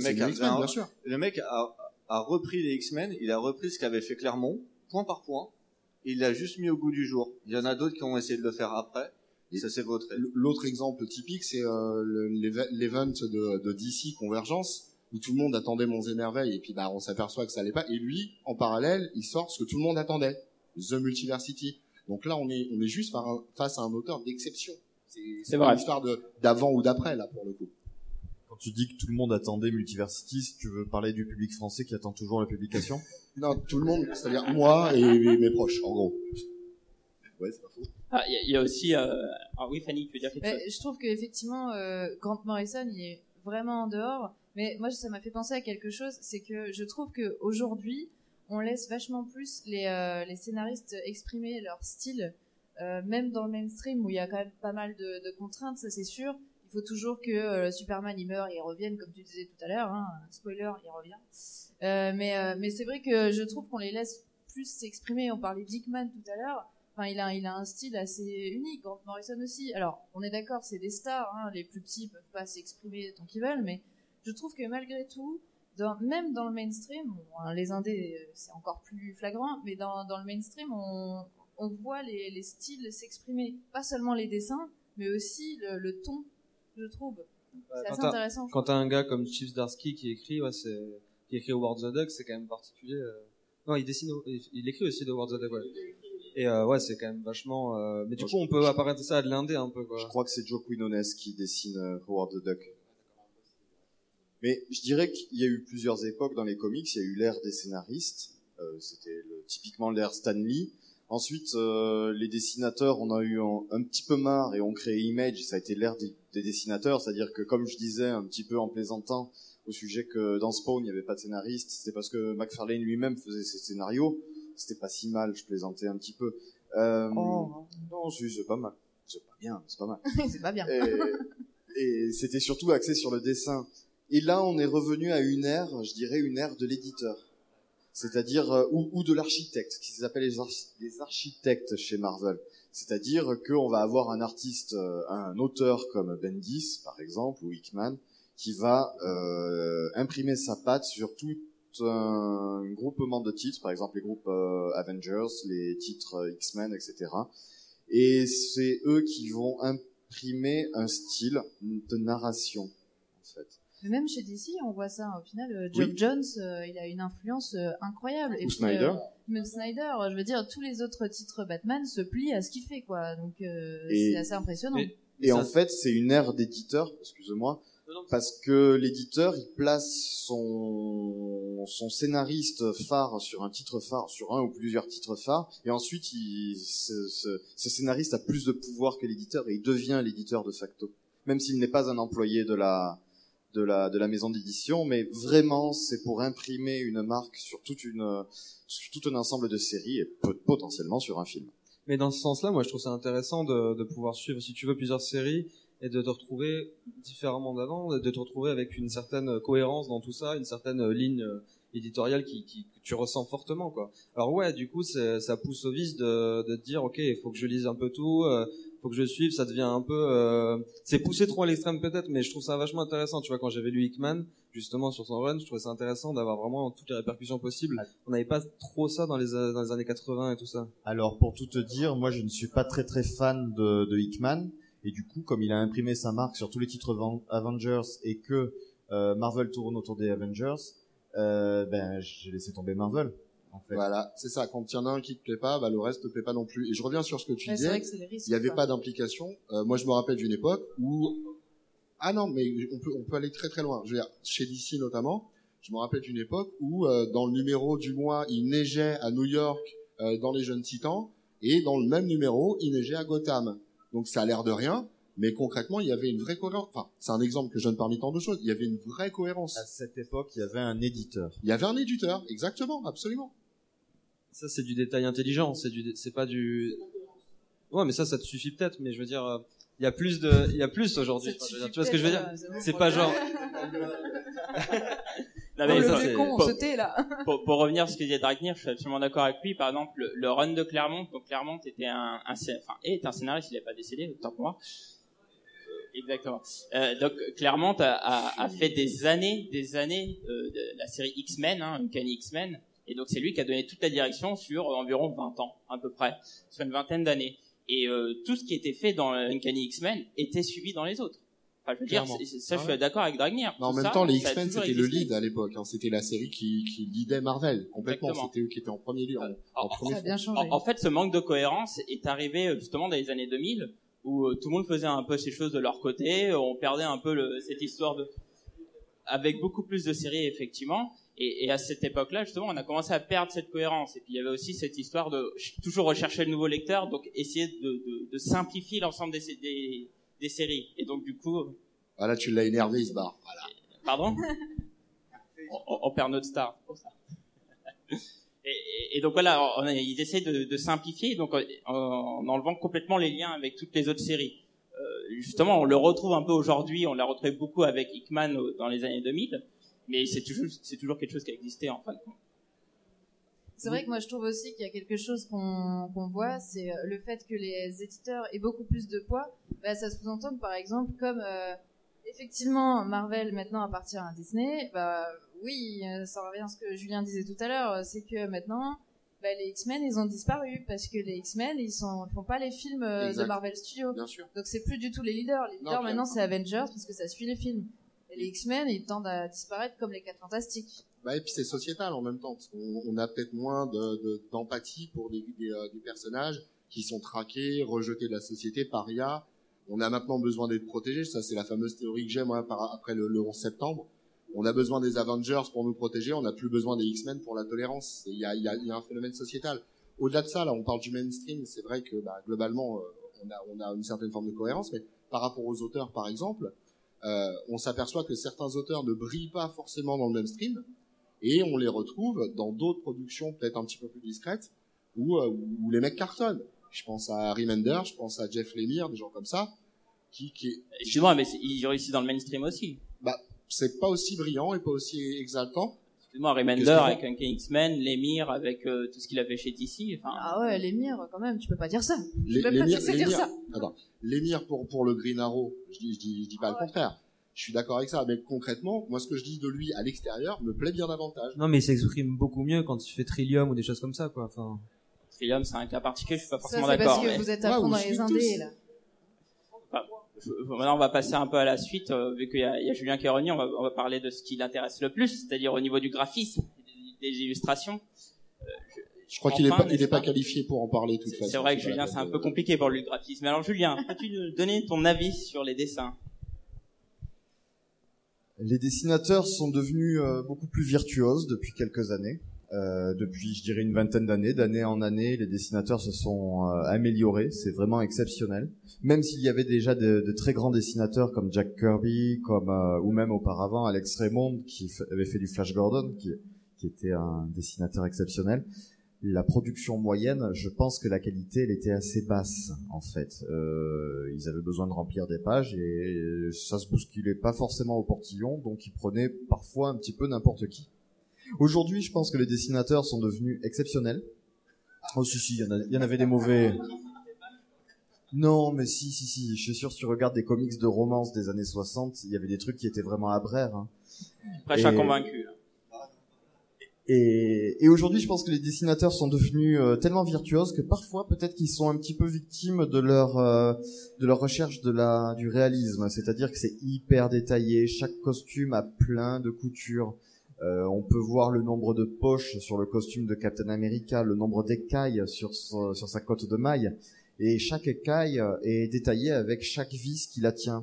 Le mec a repris les X-Men. Il a repris ce qu'avait fait Claremont, point par point. Il l'a juste mis au goût du jour. Il y en a d'autres qui ont essayé de le faire après. Et ça s'est vautré. L'autre exemple typique, c'est l'event de DC Convergence, où tout le monde attendait Monts et Merveilles, et puis on s'aperçoit que ça allait pas. Et lui, en parallèle, il sort ce que tout le monde attendait, The Multiversity. Donc là, on est juste face à un auteur d'exception. C'est pas une histoire d'avant ou d'après, là, pour le coup. Quand tu dis que tout le monde attendait Multiversity, tu veux parler du public français qui attend toujours la publication? Non, tout le monde, c'est-à-dire moi et mes proches, en gros. Ouais, c'est pas faux. Ah, il y a aussi, oui, Fanny, tu veux dire quelque chose? Je trouve qu'effectivement, Grant Morrison, il est vraiment en dehors. Mais moi, ça m'a fait penser à quelque chose, c'est que je trouve qu'aujourd'hui, on laisse vachement plus les scénaristes exprimer leur style, même dans le mainstream où il y a quand même pas mal de contraintes, ça c'est sûr. Il faut toujours que Superman il meurt et il revienne, comme tu disais tout à l'heure. Hein, spoiler, il revient. Mais c'est vrai que je trouve qu'on les laisse plus s'exprimer. On parlait d'Hickman tout à l'heure. Enfin, il a un style assez unique. Grant Morrison aussi. Alors, on est d'accord, c'est des stars. Hein, les plus petits peuvent pas s'exprimer tant qu'ils veulent, mais je trouve que malgré tout, même dans le mainstream, bon, les indés c'est encore plus flagrant, mais dans le mainstream, on voit les styles s'exprimer. Pas seulement les dessins, mais aussi le ton, je trouve. C'est assez intéressant. Quand t'as un gars comme Chip Zdarsky qui écrit, qui écrit Howard the Duck, c'est quand même particulier. Non, il écrit aussi de Howard the Duck, ouais. Et c'est quand même vachement. Mais du coup, on peut apparenter ça à de l'indé un peu, quoi. Je crois que c'est Joe Quinones qui dessine Howard the Duck. Mais je dirais qu'il y a eu plusieurs époques dans les comics. Il y a eu l'ère des scénaristes. C'était typiquement l'ère Stan Lee. Ensuite, les dessinateurs, on a eu un petit peu marre et on créé Image. Ça a été l'ère des dessinateurs. C'est-à-dire que, comme je disais un petit peu en plaisantant au sujet que dans Spawn, il n'y avait pas de scénariste, c'était parce que McFarlane lui-même faisait ses scénarios. C'était pas si mal, je plaisantais un petit peu. Non, c'est pas mal. C'est pas bien, c'est pas mal. C'est pas bien. Et c'était surtout axé sur le dessin. Et là, on est revenu à une ère, je dirais une ère de l'éditeur. C'est-à-dire, ou de l'architecte, qui s'appelle les architectes chez Marvel. C'est-à-dire qu'on va avoir un artiste, un auteur comme Bendis, par exemple, ou Hickman, qui va imprimer sa patte sur tout un groupement de titres, par exemple les groupes Avengers, les titres X-Men, etc. Et c'est eux qui vont imprimer un style de narration, en fait. Mais même chez DC, on voit ça. Au final, Geoff Johns, il a une influence incroyable. Et ou puis, Snyder. Même Snyder, je veux dire, tous les autres titres Batman se plient à ce qu'il fait, quoi. Donc, c'est assez impressionnant. Et en fait, c'est une ère d'éditeur, excuse-moi, parce que l'éditeur, il place son scénariste phare sur un titre phare, sur un ou plusieurs titres phares, et ensuite, ce scénariste a plus de pouvoir que l'éditeur, et il devient l'éditeur de facto. Même s'il n'est pas un employé de la maison d'édition, mais vraiment, c'est pour imprimer une marque sur tout un ensemble de séries, et potentiellement sur un film. Mais dans ce sens-là, moi, je trouve ça intéressant de pouvoir suivre, si tu veux, plusieurs séries et de te retrouver différemment d'avant, de te retrouver avec une certaine cohérence dans tout ça, une certaine ligne éditoriale que tu ressens fortement, quoi. Alors ouais, du coup, ça pousse au vice de te dire, ok, il faut que je lise un peu tout, faut que je suive, ça devient un peu... c'est poussé trop à l'extrême peut-être, mais je trouve ça vachement intéressant. Tu vois, quand j'avais lu Hickman, justement, sur son run, je trouvais ça intéressant d'avoir vraiment toutes les répercussions possibles. On n'avait pas trop ça dans les années 80 et tout ça. Alors, pour tout te dire, moi, je ne suis pas très très fan de Hickman, et du coup, comme il a imprimé sa marque sur tous les titres Avengers et que Marvel tourne autour des Avengers, j'ai laissé tomber Marvel. En fait. Voilà, c'est ça. Quand il y en a un qui te plaît pas, le reste te plaît pas non plus. Et je reviens sur ce que tu disais. C'est vrai que c'est les risques, il n'y avait pas d'implication. Moi, je me rappelle d'une époque où non, mais on peut aller très très loin. Je veux dire, chez DC notamment, je me rappelle d'une époque où dans le numéro du mois, il neigeait à New York dans les Jeunes Titans, et dans le même numéro, il neigeait à Gotham. Donc ça a l'air de rien, mais concrètement, il y avait une vraie cohérence. Enfin, c'est un exemple que je donne parmi tant de choses. Il y avait une vraie cohérence. À cette époque, il y avait un éditeur. Il y avait un éditeur, exactement, absolument. Ça, c'est du détail intelligent. C'est pas du. Ouais, mais ça te suffit peut-être. Mais je veux dire, il y a plus aujourd'hui. Tu vois ce que je veux dire? C'est pas genre. Non, mais le vieux con, on se tait là. Pour revenir sur ce que disait Dragnir, je suis absolument d'accord avec lui. Par exemple, le run de Claremont. Donc Claremont était est un scénariste, il n'est pas décédé, autant pour moi. Exactement. Donc Claremont a fait des années de la série X-Men, Uncanny X-Men. Et donc c'est lui qui a donné toute la direction sur environ 20 ans, à peu près, sur une vingtaine d'années. Et tout ce qui était fait dans Uncanny X-Men était suivi dans les autres. Enfin, je veux dire, ça, je suis d'accord avec Dragnir. En même temps, les X-Men, c'était le lead à l'époque. C'était la série qui leadait Marvel complètement. Exactement. C'était eux qui étaient en premier lieu. Ça a bien changé. En fait, ce manque de cohérence est arrivé justement dans les années 2000, où tout le monde faisait un peu ces choses de leur côté. On perdait un peu cette histoire avec beaucoup plus de séries, effectivement. Et à cette époque-là, justement, on a commencé à perdre cette cohérence. Et puis, il y avait aussi cette histoire de toujours rechercher le nouveau lecteur, donc essayer de simplifier l'ensemble des séries. Et donc, du coup... Voilà, tu l'as énervé, il se barre. Voilà. Pardon? On perd notre star pour ça. Et donc, voilà, ils essaient de simplifier, donc en enlevant complètement les liens avec toutes les autres séries. Justement, on le retrouve un peu aujourd'hui, on l'a retrouvé beaucoup avec Hickman dans les années 2000, mais c'est toujours quelque chose qui a existé en fin de compte. C'est vrai que moi je trouve aussi qu'il y a quelque chose qu'on voit, c'est le fait que les éditeurs aient beaucoup plus de poids. Ça sous-entend que par exemple, comme effectivement Marvel maintenant appartient à Disney, oui, ça revient à ce que Julien disait tout à l'heure, c'est que maintenant les X-Men, ils ont disparu parce que les X-Men, ils font pas les films de Marvel Studios. Bien sûr. Donc c'est plus du tout les leaders. Les leaders maintenant c'est Avengers parce que ça suit les films. Et les X-Men, ils tendent à disparaître comme les 4 Fantastiques. Et puis c'est sociétal en même temps. On a peut-être moins d'empathie pour des personnages qui sont traqués, rejetés de la société, parias. On a maintenant besoin d'être protégés. Ça, c'est la fameuse théorie que j'ai, moi, après le 11 septembre. On a besoin des Avengers pour nous protéger. On n'a plus besoin des X-Men pour la tolérance. Il y a un phénomène sociétal. Au-delà de ça, là, on parle du mainstream. C'est vrai que, globalement, on a une certaine forme de cohérence. Mais par rapport aux auteurs, par exemple, on s'aperçoit que certains auteurs ne brillent pas forcément dans le mainstream. Et on les retrouve dans d'autres productions peut-être un petit peu plus discrètes où les mecs cartonnent. Je pense à Harry Mender, je pense à Jeff Lemire, des gens comme ça. Excuse-moi, mais ils réussissent dans le mainstream aussi. C'est pas aussi brillant et pas aussi exaltant. Excuse-moi, Harry Mender avec un X-Men, Lemire avec tout ce qu'il a fait chez DC. Enfin... Ah ouais, Lemire quand même, tu peux pas dire ça. Lemire pour le Green Arrow, je dis pas le contraire. Je suis d'accord avec ça, mais concrètement, moi ce que je dis de lui à l'extérieur me plaît bien davantage. Non, mais il s'exprime beaucoup mieux quand il fait Trillium ou des choses comme ça, quoi. Enfin... Trillium, c'est un cas particulier, je suis pas forcément d'accord. D'accord. Parce que vous êtes à fond dans les indés, là. Maintenant, on va passer un peu à la suite, vu qu'il y a Julien qui est revenu, on va parler de ce qui l'intéresse le plus, c'est-à-dire au niveau du graphisme, des illustrations. Je crois qu'il est pas qualifié pour en parler de toute façon. C'est vrai que Julien, c'est un peu compliqué pour lui le graphisme. Alors Julien, peux-tu nous donner ton avis sur les dessins ? Les dessinateurs sont devenus beaucoup plus virtuoses depuis quelques années. Depuis, je dirais, une vingtaine d'années. D'année en année, les dessinateurs se sont améliorés. C'est vraiment exceptionnel. Même s'il y avait déjà de très grands dessinateurs comme Jack Kirby, ou même auparavant Alex Raymond, qui avait fait du Flash Gordon, qui était un dessinateur exceptionnel. La production moyenne, je pense que la qualité, elle était assez basse, en fait. Ils avaient besoin de remplir des pages et ça se bousculait pas forcément au portillon, donc ils prenaient parfois un petit peu n'importe qui. Aujourd'hui, je pense que les dessinateurs sont devenus exceptionnels. Oh, si, il y en avait des mauvais. Non, mais si, je suis sûr, si tu regardes des comics de romance des années 60, il y avait des trucs qui étaient vraiment abraires, hein. Prêche à convaincu, là. Et aujourd'hui, je pense que les dessinateurs sont devenus tellement virtuoses que parfois, peut-être qu'ils sont un petit peu victimes de leur recherche du réalisme. C'est-à-dire que c'est hyper détaillé, chaque costume a plein de coutures. On peut voir le nombre de poches sur le costume de Captain America, le nombre d'écailles sur sa cotte de maille. Et chaque écaille est détaillée avec chaque vis qui la tient.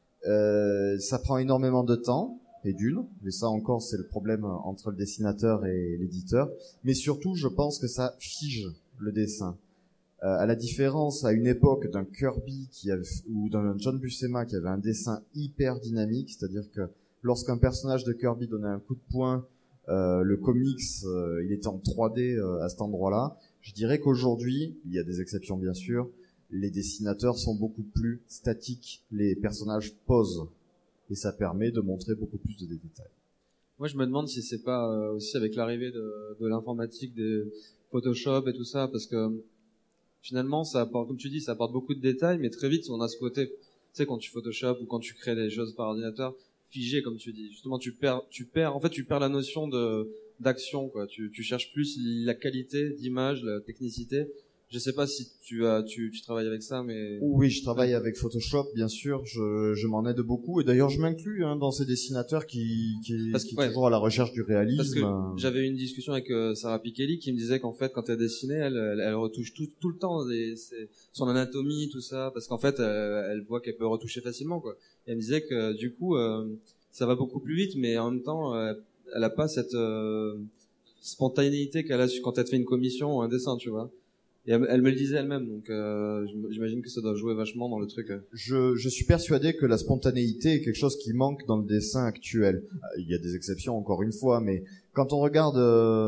Ça prend énormément de temps. Mais ça encore c'est le problème entre le dessinateur et l'éditeur, mais surtout je pense que ça fige le dessin. À la différence à une époque d'un Kirby ou d'un John Buscema qui avait un dessin hyper dynamique, c'est-à-dire que lorsqu'un personnage de Kirby donnait un coup de poing, le comics il était en 3D à cet endroit-là. Je dirais qu'aujourd'hui, il y a des exceptions bien sûr, les dessinateurs sont beaucoup plus statiques, les personnages posent. Et ça permet de montrer beaucoup plus de détails. Moi, je me demande si c'est pas aussi avec l'arrivée de l'informatique, des Photoshop et tout ça, parce que finalement, ça apporte, comme tu dis, ça apporte beaucoup de détails, mais très vite, on a ce côté, tu sais, quand tu Photoshop ou quand tu crées des choses par ordinateur, figé, comme tu dis. Justement, tu perds la notion d'action, quoi. Tu cherches plus la qualité d'image, la technicité. Je sais pas si tu travailles avec ça, mais... Oui, je travaille avec Photoshop, bien sûr. Je m'en aide beaucoup. Et d'ailleurs, je m'inclus dans ces dessinateurs qui toujours à la recherche du réalisme. Parce que j'avais eu une discussion avec Sarah Pikeli qui me disait qu'en fait, quand elle dessinait, elle retouche tout le temps son anatomie, tout ça, parce qu'en fait, elle voit qu'elle peut retoucher facilement, quoi. Et elle me disait que du coup, ça va beaucoup plus vite, mais en même temps, elle a pas cette spontanéité qu'elle a quand elle fait une commission ou un dessin, tu vois. Et elle me le disait elle-même, donc j'imagine que ça doit jouer vachement dans le truc. Je suis persuadé que la spontanéité est quelque chose qui manque dans le dessin actuel. Il y a des exceptions, encore une fois, mais quand on regarde,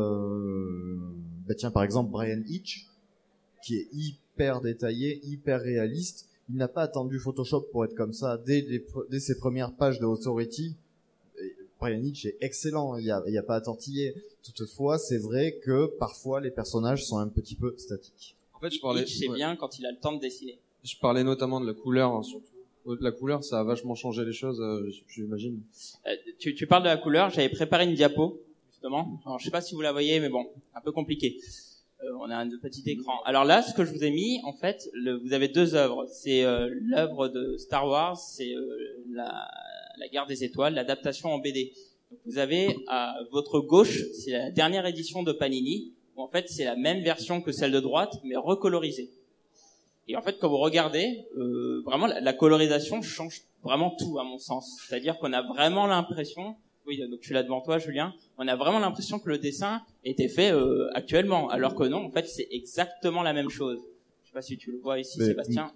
par exemple, Brian Hitch, qui est hyper détaillé, hyper réaliste, il n'a pas attendu Photoshop pour être comme ça. Dès ses premières pages de Authority, Brian Hitch est excellent, il y a pas à tortiller. Toutefois, c'est vrai que parfois les personnages sont un petit peu statiques. En fait, je parlais. Hitch, c'est bien quand il a le temps de dessiner. Je parlais notamment de la couleur, hein, surtout. La couleur, ça a vachement changé les choses, j'imagine. Tu parles de la couleur. J'avais préparé une diapo justement. Alors, je sais pas si vous la voyez, mais bon, un peu compliqué. On a un petit écran. Alors là, ce que je vous ai mis, en fait, vous avez deux œuvres. C'est l'œuvre de Star Wars, c'est la Guerre des Étoiles, l'adaptation en BD. Donc, vous avez à votre gauche, c'est la dernière édition de Panini, où en fait c'est la même version que celle de droite, mais recolorisée. Et en fait, quand vous regardez, vraiment la colorisation change vraiment tout à mon sens. C'est-à-dire qu'on a vraiment l'impression, oui, donc je suis là devant toi, Julien, on a vraiment l'impression que le dessin était fait actuellement, alors que non, en fait, c'est exactement la même chose. Je sais pas si tu le vois ici, Sébastien.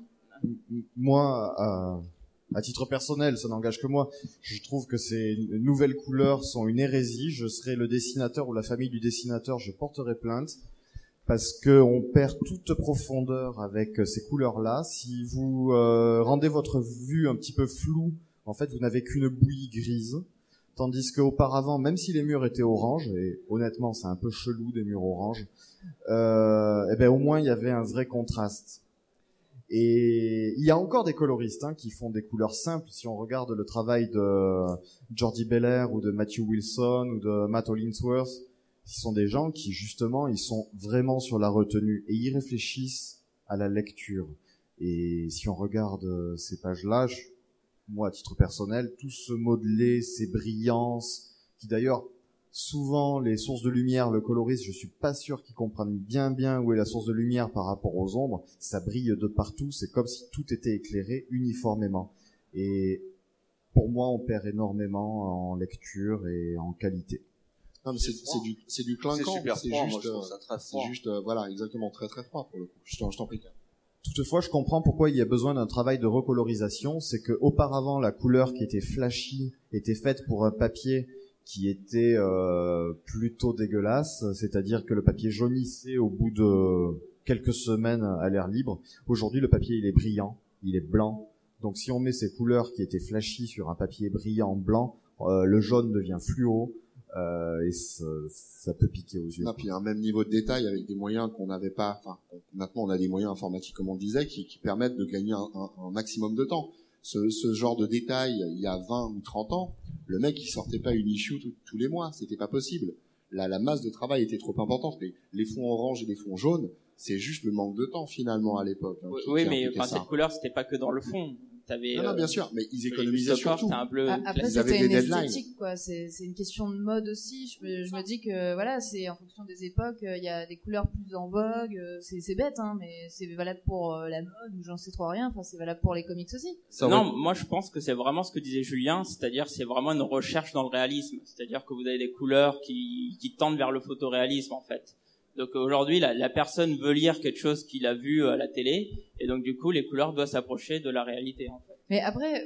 Moi, à titre personnel, ça n'engage que moi. Je trouve que ces nouvelles couleurs sont une hérésie. Je serai le dessinateur ou la famille du dessinateur, je porterai plainte. Parce que on perd toute profondeur avec ces couleurs-là. Si vous rendez votre vue un petit peu floue, en fait, vous n'avez qu'une bouillie grise. Tandis qu'auparavant, même si les murs étaient orange, et honnêtement, c'est un peu chelou des murs orange, eh ben au moins il y avait un vrai contraste. Et il y a encore des coloristes qui font des couleurs simples. Si on regarde le travail de Jordi Belair ou de Matthew Wilson ou de Matt Hollingsworth, ce sont des gens qui, justement, ils sont vraiment sur la retenue et ils réfléchissent à la lecture. Et si on regarde ces pages-là, moi, à titre personnel, tout ce modelé, ces brillances, qui d'ailleurs, souvent, les sources de lumière, le coloriste, je suis pas sûr qu'ils comprennent bien où est la source de lumière par rapport aux ombres. Ça brille de partout, c'est comme si tout était éclairé uniformément. Et pour moi, on perd énormément en lecture et en qualité. Non, mais c'est du clinquant. C'est super froid, juste, moi, je trouve ça très froid. C'est juste, voilà, exactement, très très froid pour le coup. Je t'en prie. Toutefois, je comprends pourquoi il y a besoin d'un travail de recolorisation. C'est que auparavant, la couleur qui était flashy était faite pour un papier qui était plutôt dégueulasse, c'est-à-dire que le papier jaunissait au bout de quelques semaines à l'air libre. Aujourd'hui, le papier, il est brillant, il est blanc. Donc, si on met ces couleurs qui étaient flashy sur un papier brillant blanc, le jaune devient fluo. Et ça peut piquer aux yeux. Non, puis un même niveau de détail avec des moyens qu'on n'avait pas. Enfin, maintenant on a des moyens informatiques, comme on disait, qui permettent de gagner un maximum de temps. Ce genre de détail, il y a 20 ou 30 ans, le mec il sortait pas une issue tous les mois, c'était pas possible. La masse de travail était trop importante. Les fonds orange et les fonds jaunes, c'est juste le manque de temps finalement à l'époque. Oui, mais cette couleur, c'était pas que dans le fond. Non, bien sûr, mais ils économisaient surtout. Après, c'était une esthétique, quoi. C'est une question de mode aussi. Je me dis que, voilà, c'est en fonction des époques, il y a des couleurs plus en vogue. C'est bête, mais c'est valable pour la mode ou j'en sais trop rien. Enfin, c'est valable pour les comics aussi. Non, moi, je pense que c'est vraiment ce que disait Julien, c'est-à-dire, c'est vraiment une recherche dans le réalisme. C'est-à-dire que vous avez des couleurs qui tendent vers le photoréalisme, en fait. Donc aujourd'hui, la personne veut lire quelque chose qu'il a vu à la télé, et donc du coup, les couleurs doivent s'approcher de la réalité, en fait. Mais après,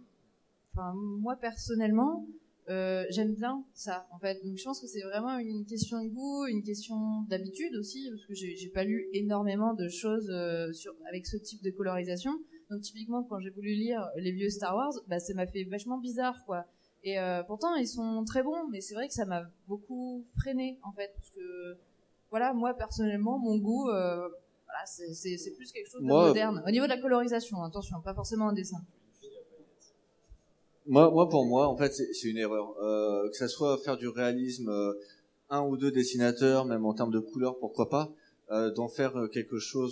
moi personnellement, j'aime bien ça, en fait. Donc je pense que c'est vraiment une question de goût, une question d'habitude aussi, parce que j'ai pas lu énormément de choses avec ce type de colorisation. Donc typiquement, quand j'ai voulu lire les vieux Star Wars, ça m'a fait vachement bizarre, quoi. Et pourtant, ils sont très bons, mais c'est vrai que ça m'a beaucoup freiné, en fait, parce que voilà, moi personnellement, mon goût, voilà, c'est plus quelque chose de moderne. Au niveau de la colorisation, attention, pas forcément un dessin. Pour moi, en fait, c'est une erreur. Que ça soit faire du réalisme, un ou deux dessinateurs, même en termes de couleurs, pourquoi pas, d'en faire quelque chose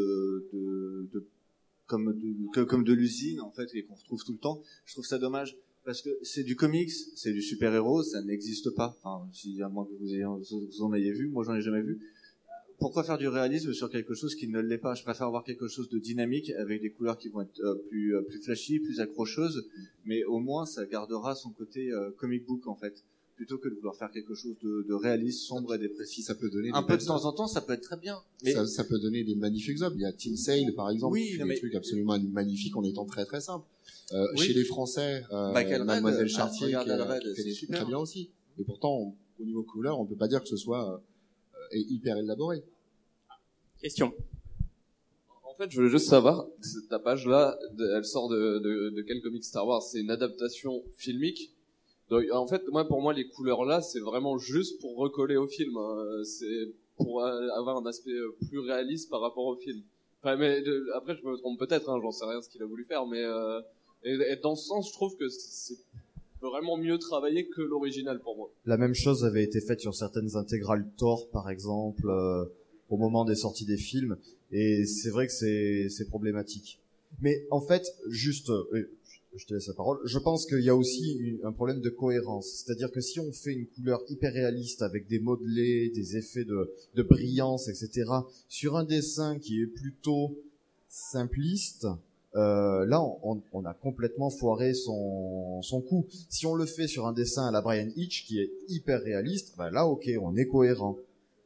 comme de l'usine, en fait, et qu'on retrouve tout le temps. Je trouve ça dommage. Parce que c'est du comics, c'est du super-héros, ça n'existe pas. Enfin, si à moins que vous en ayez vu, moi j'en ai jamais vu. Pourquoi faire du réalisme sur quelque chose qui ne l'est pas? Je préfère avoir quelque chose de dynamique avec des couleurs qui vont être plus flashy, plus accrocheuses, mais au moins ça gardera son côté comic book en fait, plutôt que de vouloir faire quelque chose de réaliste, sombre et dépressif. Ça peut donner un peu de temps en temps, ça peut être très bien. Mais ça peut donner des magnifiques œuvres. Il y a Tim Sale par exemple, qui fait des trucs absolument magnifiques en étant très très simple. Chez les Français, Mademoiselle Chartier qui fait des trucs très bien aussi. Et pourtant, au niveau couleur, on peut pas dire que ce soit hyper élaboré. Question. En fait, je voulais juste savoir, ta page là, elle sort de quel comic Star Wars? C'est une adaptation filmique. Donc, en fait, pour moi, les couleurs là, c'est vraiment juste pour recoller au film. C'est pour avoir un aspect plus réaliste par rapport au film. Enfin, mais après, je me trompe peut-être, j'en sais rien ce qu'il a voulu faire, mais et dans ce sens, je trouve que c'est vraiment mieux travaillé que l'original pour moi. La même chose avait été faite sur certaines intégrales Thor, par exemple. au moment des sorties des films, et c'est vrai que c'est problématique. Mais en fait, juste, je te laisse la parole, je pense qu'il y a aussi un problème de cohérence, c'est-à-dire que si on fait une couleur hyper réaliste avec des modelés, des effets de brillance, etc., sur un dessin qui est plutôt simpliste, là on a complètement foiré son coup. Si on le fait sur un dessin à la Brian Hitch qui est hyper réaliste, ben là ok, on est cohérent.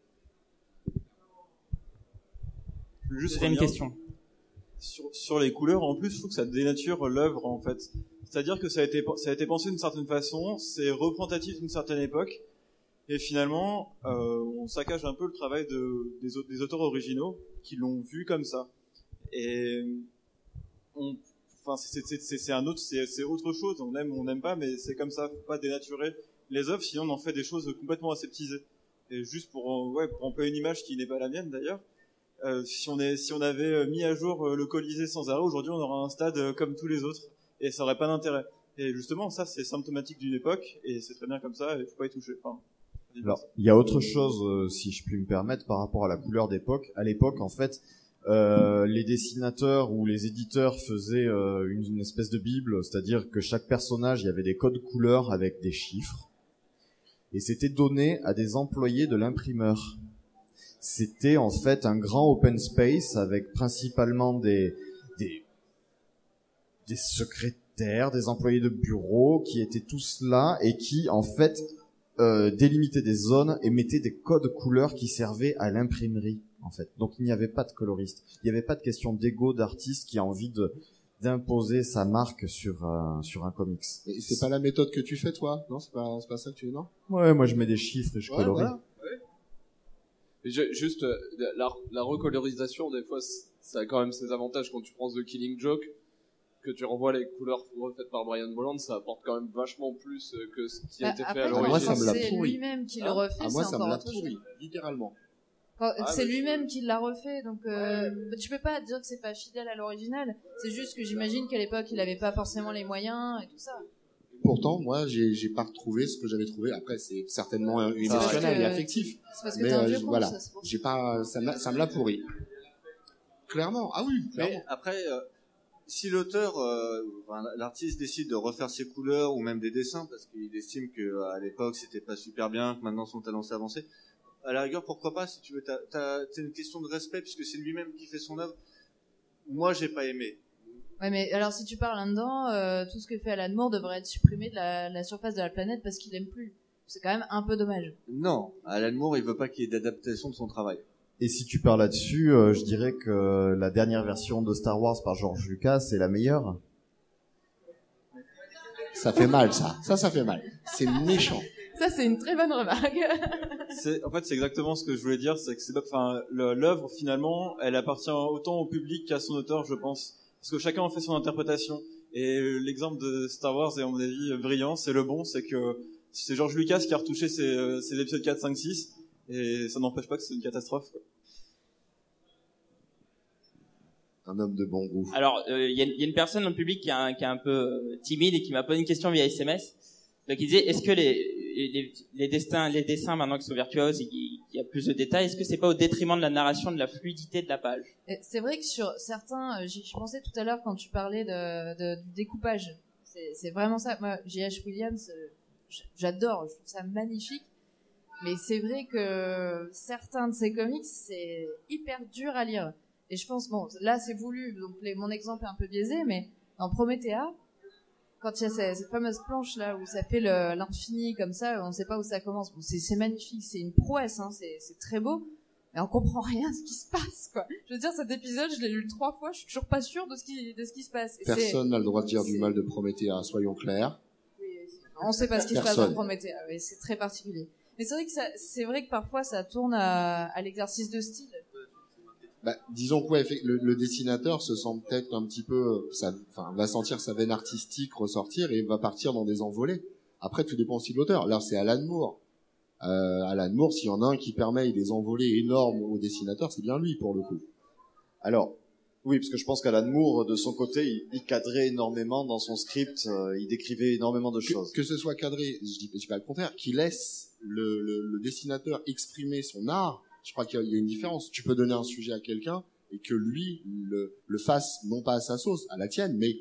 Juste une question. Sur les couleurs, en plus, je trouve que ça dénature l'œuvre, en fait. C'est-à-dire que ça a été pensé d'une certaine façon, c'est représentatif d'une certaine époque, et finalement, on saccage un peu le travail des auteurs originaux qui l'ont vu comme ça. Et c'est autre chose. On aime ou on n'aime pas, mais c'est comme ça. Faut pas dénaturer les œuvres, sinon on en fait des choses complètement aseptisées. Et juste pour employer une image qui n'est pas la mienne d'ailleurs. Si on avait mis à jour le Colisée sans arrêt, aujourd'hui on aurait un stade comme tous les autres et ça aurait pas d'intérêt. Et justement, ça c'est symptomatique d'une époque et c'est très bien comme ça et faut pas y toucher. Alors, il y a autre chose, si je puis me permettre, par rapport à la couleur d'époque. À l'époque, en fait, les dessinateurs ou les éditeurs faisaient une espèce de bible, c'est-à-dire que chaque personnage, il y avait des codes couleurs avec des chiffres et c'était donné à des employés de l'imprimeur. C'était en fait un grand open space avec principalement des secrétaires, des employés de bureau qui étaient tous là et qui en fait délimitaient des zones et mettaient des codes couleurs qui servaient à l'imprimerie en fait. Donc il n'y avait pas de coloriste, il n'y avait pas de question d'ego d'artiste qui a envie d'imposer sa marque sur un comics. Et c'est pas la méthode que tu fais toi, non? C'est pas ça que tu fais, non? Ouais, moi je mets des chiffres et je colorie. Voilà. Juste la recolorisation des fois ça a quand même ses avantages. Quand tu prends The Killing Joke, que tu renvoies les couleurs refaites par Brian Bolland, ça apporte quand même vachement plus que ce qui a été fait à l'origine. Moi ça me l'a c'est pourri. lui-même qui le refait, moi c'est ça me encore l'a autre pourri, chose. littéralement. C'est lui-même qui l'a refait, donc tu peux pas dire que c'est pas fidèle à l'original. C'est juste que j'imagine qu'à l'époque il avait pas forcément les moyens et tout ça. Pourtant, moi, j'ai pas retrouvé ce que j'avais trouvé. Après, c'est certainement émotionnel et affectif. C'est parce que Mais t'es un vieux con, voilà, ça, c'est pour ça. j'ai pas, ça me l'a pourri. Clairement, ah oui, clairement. Mais après, si l'auteur, l'artiste décide de refaire ses couleurs ou même des dessins parce qu'il estime que à l'époque c'était pas super bien, que maintenant son talent s'est avancé, à la rigueur, pourquoi pas, si tu veux, c'est une question de respect puisque c'est lui-même qui fait son œuvre. Moi, j'ai pas aimé. Ouais, mais alors si tu parles là-dedans, tout ce que fait Alan Moore devrait être supprimé de la surface de la planète parce qu'il aime plus. C'est quand même un peu dommage. Non, Alan Moore, il veut pas qu'il y ait d'adaptation de son travail. Et si tu parles là-dessus, je dirais que la dernière version de Star Wars par George Lucas, c'est la meilleure. Ça fait mal, ça. Ça fait mal. C'est méchant. Ça, c'est une très bonne remarque. En fait, c'est exactement ce que je voulais dire, c'est que l'œuvre, finalement, elle appartient autant au public qu'à son auteur, je pense. Parce que chacun en fait son interprétation. Et l'exemple de Star Wars est, à mon avis, brillant, c'est le bon, c'est que c'est George Lucas qui a retouché ses épisodes 4, 5, 6, et ça n'empêche pas que c'est une catastrophe, quoi. Un homme de bon goût. Alors, il y a une personne dans le public qui est un peu timide et qui m'a posé une question via SMS. Donc il disait, est-ce que les dessins maintenant qui sont virtuoses et qu'il y a plus de détails, est-ce que c'est pas au détriment de la narration, de la fluidité de la page? C'est vrai que sur certains, j'y pensais tout à l'heure quand tu parlais du découpage. C'est vraiment ça. Moi, J.H. Williams, j'adore, je trouve ça magnifique. Mais c'est vrai que certains de ses comics, c'est hyper dur à lire. Et je pense, bon, là c'est voulu, donc mon exemple est un peu biaisé, mais dans Promethea, quand il y a cette fameuse planche là où ça fait l'infini comme ça, on ne sait pas où ça commence. Bon, c'est magnifique, c'est une prouesse, hein, c'est très beau, mais on comprend rien de ce qui se passe, quoi. Je veux dire, cet épisode, je l'ai lu 3 fois, je suis toujours pas sûre de ce qui se passe. Et personne n'a le droit de dire du mal de Promethea, soyons clairs. Oui, on sait pas ce qui se passe dans Promethea, mais c'est très particulier. Mais c'est vrai que parfois ça tourne à l'exercice de style. Bah, disons que ouais, le dessinateur se sent peut-être un petit peu, va sentir sa veine artistique ressortir et va partir dans des envolées. Après, tout dépend aussi de l'auteur. Là, c'est Alan Moore. Alan Moore, s'il y en a un qui permet des envolées énormes au dessinateur, c'est bien lui pour le coup. Alors, oui, parce que je pense qu'Alan Moore, de son côté, il cadrait énormément dans son script, il décrivait énormément de choses. Que ce soit cadré, je dis pas le contraire, qu'il laisse le dessinateur exprimer son art, Je crois qu'il y a une différence. Tu peux donner un sujet à quelqu'un et que lui le fasse non pas à sa sauce, à la tienne, mais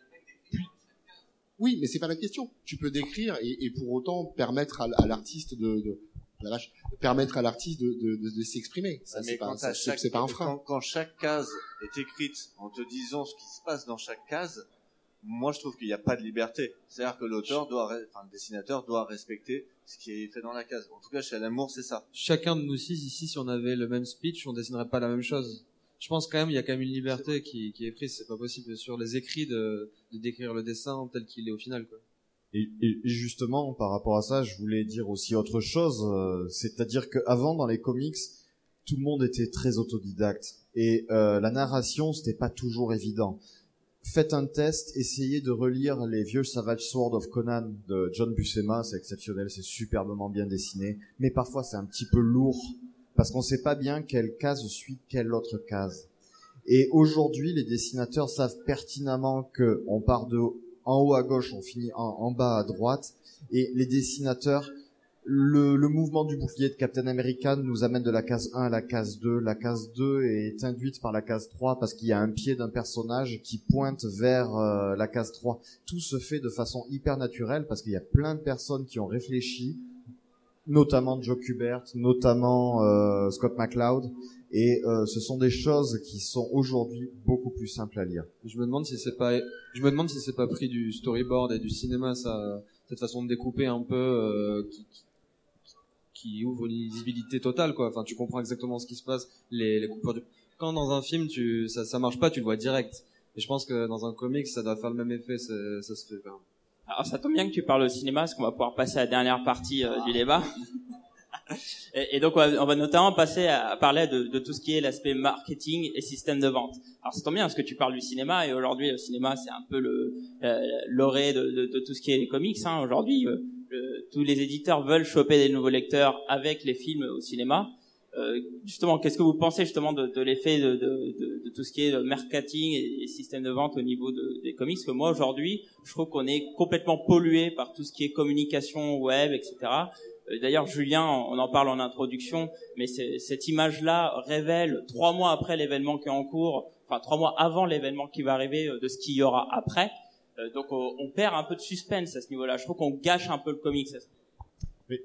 oui, mais c'est pas la question. Tu peux décrire et pour autant permettre à l'artiste permettre à l'artiste de s'exprimer. Ça, c'est pas un frein. Quand chaque case est écrite en te disant ce qui se passe dans chaque case, moi je trouve qu'il n'y a pas de liberté. C'est-à-dire que le dessinateur doit respecter ce qui est fait dans la case. En tout cas, chez Alain c'est ça. Chacun de nous six ici, si on avait le même speech, on dessinerait pas la même chose. Je pense quand même, il y a quand même une liberté qui est prise. C'est pas possible sur les écrits de décrire le dessin tel qu'il est au final, quoi. Et justement, par rapport à ça, je voulais dire aussi autre chose. C'est-à-dire qu'avant, dans les comics, tout le monde était très autodidacte. Et la narration, c'était pas toujours évident. Faites un test, essayez de relire les vieux Savage Sword of Conan de John Buscema, c'est exceptionnel, c'est superbement bien dessiné, mais parfois c'est un petit peu lourd, parce qu'on sait pas bien quelle case suit quelle autre case. Et aujourd'hui, les dessinateurs savent pertinemment que on part de en haut à gauche, on finit en bas à droite, et les dessinateurs, le mouvement du bouclier de Captain America nous amène de la case 1 à la case 2. La case 2 est induite par la case 3 parce qu'il y a un pied d'un personnage qui pointe vers la case 3. Tout se fait de façon hyper naturelle parce qu'il y a plein de personnes qui ont réfléchi, notamment Joe Kubert, notamment Scott McCloud, et ce sont des choses qui sont aujourd'hui beaucoup plus simples à lire. Je me demande si c'est pas pris du storyboard et du cinéma, ça, cette façon de découper un peu qui ouvre une lisibilité totale, quoi. Enfin, tu comprends exactement ce qui se passe, les coupures quand dans un film ça marche pas, tu le vois direct. Et je pense que dans un comics, ça doit faire le même effet, ça se fait pas. Alors ça tombe bien que tu parles au cinéma, parce qu'on va pouvoir passer à la dernière partie du débat. Et donc on va notamment passer à parler de tout ce qui est l'aspect marketing et système de vente. Alors ça tombe bien parce que tu parles du cinéma, et aujourd'hui le cinéma c'est un peu l'orée de tout ce qui est les comics. Hein. Aujourd'hui tous les éditeurs veulent choper des nouveaux lecteurs avec les films au cinéma. Justement, qu'est-ce que vous pensez justement de l'effet de tout ce qui est marketing et système de vente au niveau des comics? Parce que moi aujourd'hui, je trouve qu'on est complètement pollué par tout ce qui est communication web, etc. D'ailleurs, Julien, on en parle en introduction, mais cette image-là révèle 3 mois après l'événement qui est en cours, enfin 3 mois avant l'événement qui va arriver, de ce qu'il y aura après. Donc on perd un peu de suspense à ce niveau-là. Je trouve qu'on gâche un peu le comics. Mais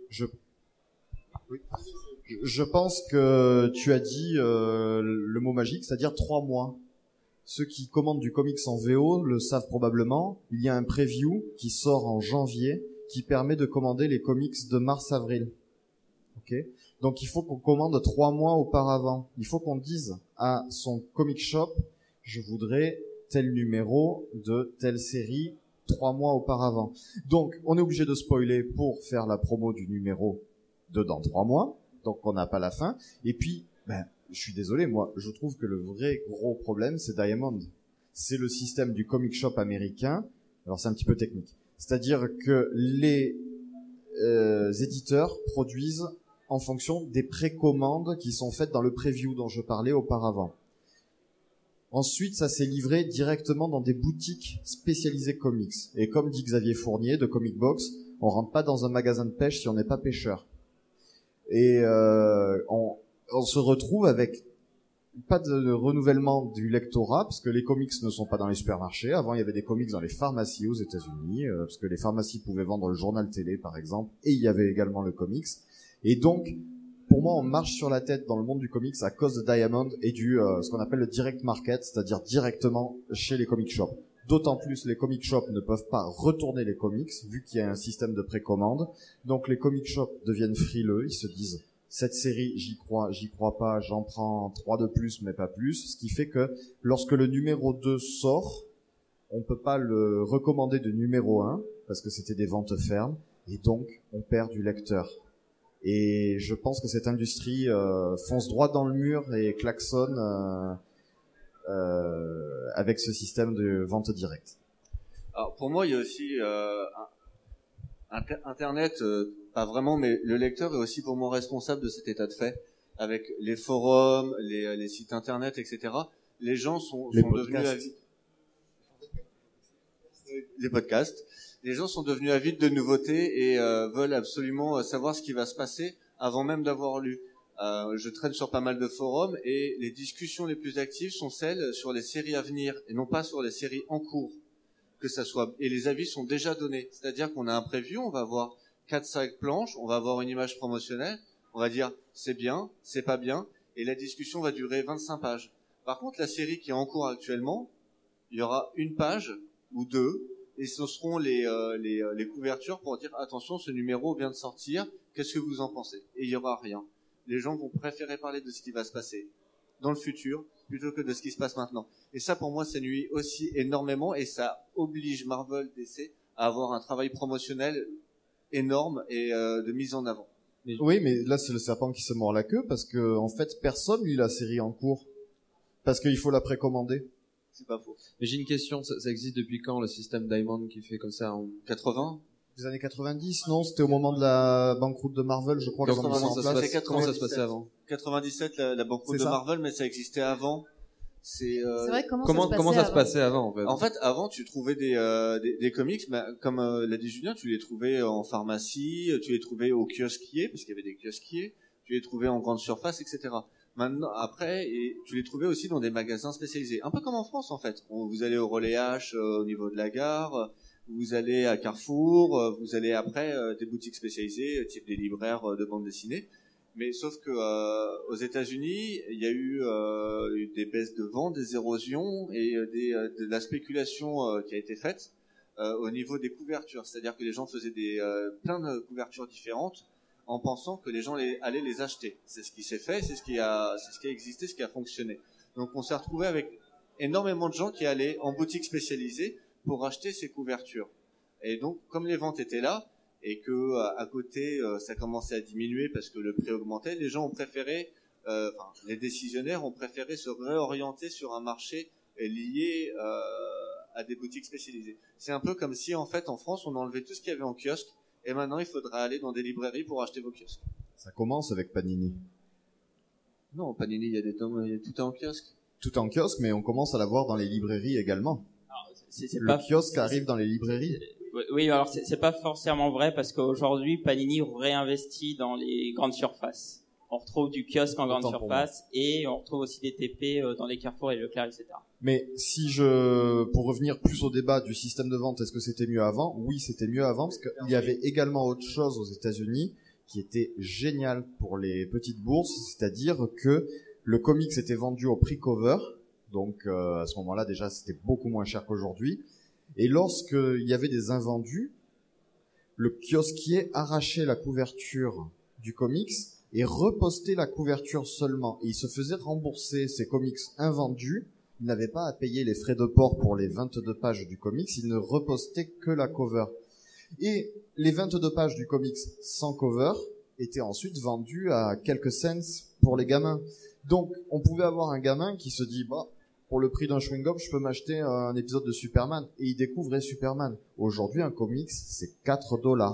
je pense que tu as dit le mot magique, c'est-à-dire 3 mois. Ceux qui commandent du comics en VO le savent probablement. Il y a un preview qui sort en janvier qui permet de commander les comics de mars-avril. Okay. Donc il faut qu'on commande 3 mois auparavant. Il faut qu'on dise à son comic shop, je voudrais tel numéro de telle série 3 mois auparavant. Donc on est obligé de spoiler pour faire la promo du numéro de dans 3 mois. Donc on n'a pas la fin. Et puis, je suis désolé, moi, je trouve que le vrai gros problème, c'est Diamond. C'est le système du comic shop américain. Alors c'est un petit peu technique. C'est-à-dire que les éditeurs produisent en fonction des précommandes qui sont faites dans le preview dont je parlais auparavant. Ensuite, ça s'est livré directement dans des boutiques spécialisées comics. Et comme dit Xavier Fournier de Comic Box, on rentre pas dans un magasin de pêche si on n'est pas pêcheur. Et on se retrouve avec pas de renouvellement du lectorat, parce que les comics ne sont pas dans les supermarchés. Avant, il y avait des comics dans les pharmacies aux États-Unis, parce que les pharmacies pouvaient vendre le journal télé, par exemple, et il y avait également le comics. Et donc, pour moi, on marche sur la tête dans le monde du comics à cause de Diamond et du ce qu'on appelle le direct market, c'est-à-dire directement chez les comic shops. D'autant plus, les comic shops ne peuvent pas retourner les comics, vu qu'il y a un système de précommande. Donc, les comic shops deviennent frileux, ils se disent cette série, j'y crois pas, j'en prends 3 de plus, mais pas plus. Ce qui fait que lorsque le numéro 2 sort, on peut pas le recommander de numéro 1, parce que c'était des ventes fermes, et donc on perd du lecteur. Et je pense que cette industrie fonce droit dans le mur et klaxonne avec ce système de vente directe. Alors pour moi, il y a aussi Internet, pas vraiment, mais le lecteur est aussi pour moi responsable de cet état de fait, avec les forums, les sites internet, etc. Les gens sont devenus avides. Les podcasts. Les gens sont devenus avides de nouveautés et veulent absolument savoir ce qui va se passer avant même d'avoir lu. Je traîne sur pas mal de forums et les discussions les plus actives sont celles sur les séries à venir et non pas sur les séries en cours. Et les avis sont déjà donnés. C'est-à-dire qu'on a un preview, on va voir 4-5 planches, on va avoir une image promotionnelle, on va dire c'est bien, c'est pas bien, et la discussion va durer 25 pages. Par contre, la série qui est en cours actuellement, il y aura une page ou deux, et ce seront les couvertures pour dire attention, ce numéro vient de sortir, qu'est-ce que vous en pensez? Et il y aura rien. Les gens vont préférer parler de ce qui va se passer dans le futur plutôt que de ce qui se passe maintenant. Et ça, pour moi, ça nuit aussi énormément, et ça oblige Marvel, DC à avoir un travail promotionnel énorme et de mise en avant. Oui, mais là c'est le serpent qui se mord la queue parce que en fait personne lit la série en cours parce qu'il faut la précommander. C'est pas faux. Mais j'ai une question, ça existe depuis quand le système Diamond qui fait comme ça en 80? Les années 90, non? C'était au moment de la banqueroute de Marvel, je crois. Donc, comment ça se passait avant? 97, la banqueroute de Marvel, mais ça existait avant. C'est vrai, comment ça se passait avant, en fait? En fait, avant, tu trouvais des comics, comme l'a dit Julien, tu les trouvais en pharmacie, tu les trouvais au kiosquier, parce qu'il y avait des kiosquiers, tu les trouvais en grande surface, etc. Maintenant, après, et tu les trouvais aussi dans des magasins spécialisés. Un peu comme en France, en fait. Vous allez au Relais H, au niveau de la gare, vous allez à Carrefour, vous allez après des boutiques spécialisées, type des libraires de bande dessinée. Mais sauf que aux États-Unis, il y a eu des baisses de vente, des érosions et de la spéculation qui a été faite au niveau des couvertures. C'est-à-dire que les gens faisaient plein de couvertures différentes en pensant que les gens allaient les acheter. C'est ce qui s'est fait, c'est ce qui a existé, ce qui a fonctionné. Donc on s'est retrouvé avec énormément de gens qui allaient en boutique spécialisée pour acheter ces couvertures. Et donc comme les ventes étaient là, et que à côté ça commençait à diminuer parce que le prix augmentait, les gens ont préféré, les décisionnaires ont préféré se réorienter sur un marché lié à des boutiques spécialisées. C'est un peu comme si en fait en France on enlevait tout ce qu'il y avait en kiosque et maintenant il faudra aller dans des librairies pour acheter vos kiosques. Ça commence avec Panini. Non, Panini il y a tout est en kiosque. Tout est en kiosque, mais on commence à l'avoir dans les librairies également. Alors, kiosque arrive dans les librairies. Oui, alors c'est pas forcément vrai parce qu'aujourd'hui Panini réinvestit dans les grandes surfaces. On retrouve du kiosque en grande surface et on retrouve aussi des TP dans les Carrefour et Leclerc, etc. Mais pour revenir plus au débat du système de vente, est-ce que c'était mieux avant? Oui, c'était mieux avant parce qu'il y avait également autre chose aux États-Unis qui était génial pour les petites bourses, c'est-à-dire que le comics était vendu au prix cover, donc à ce moment-là déjà c'était beaucoup moins cher qu'aujourd'hui. Et lorsqu'il y avait des invendus, le kiosquier arrachait la couverture du comics et repostait la couverture seulement. Et il se faisait rembourser ses comics invendus. Il n'avait pas à payer les frais de port pour les 22 pages du comics. Il ne repostait que la cover. Et les 22 pages du comics sans cover étaient ensuite vendues à quelques cents pour les gamins. Donc, on pouvait avoir un gamin qui se dit, pour le prix d'un chewing-gum, je peux m'acheter un épisode de Superman. Et il découvrait Superman. Aujourd'hui, un comics, c'est $4.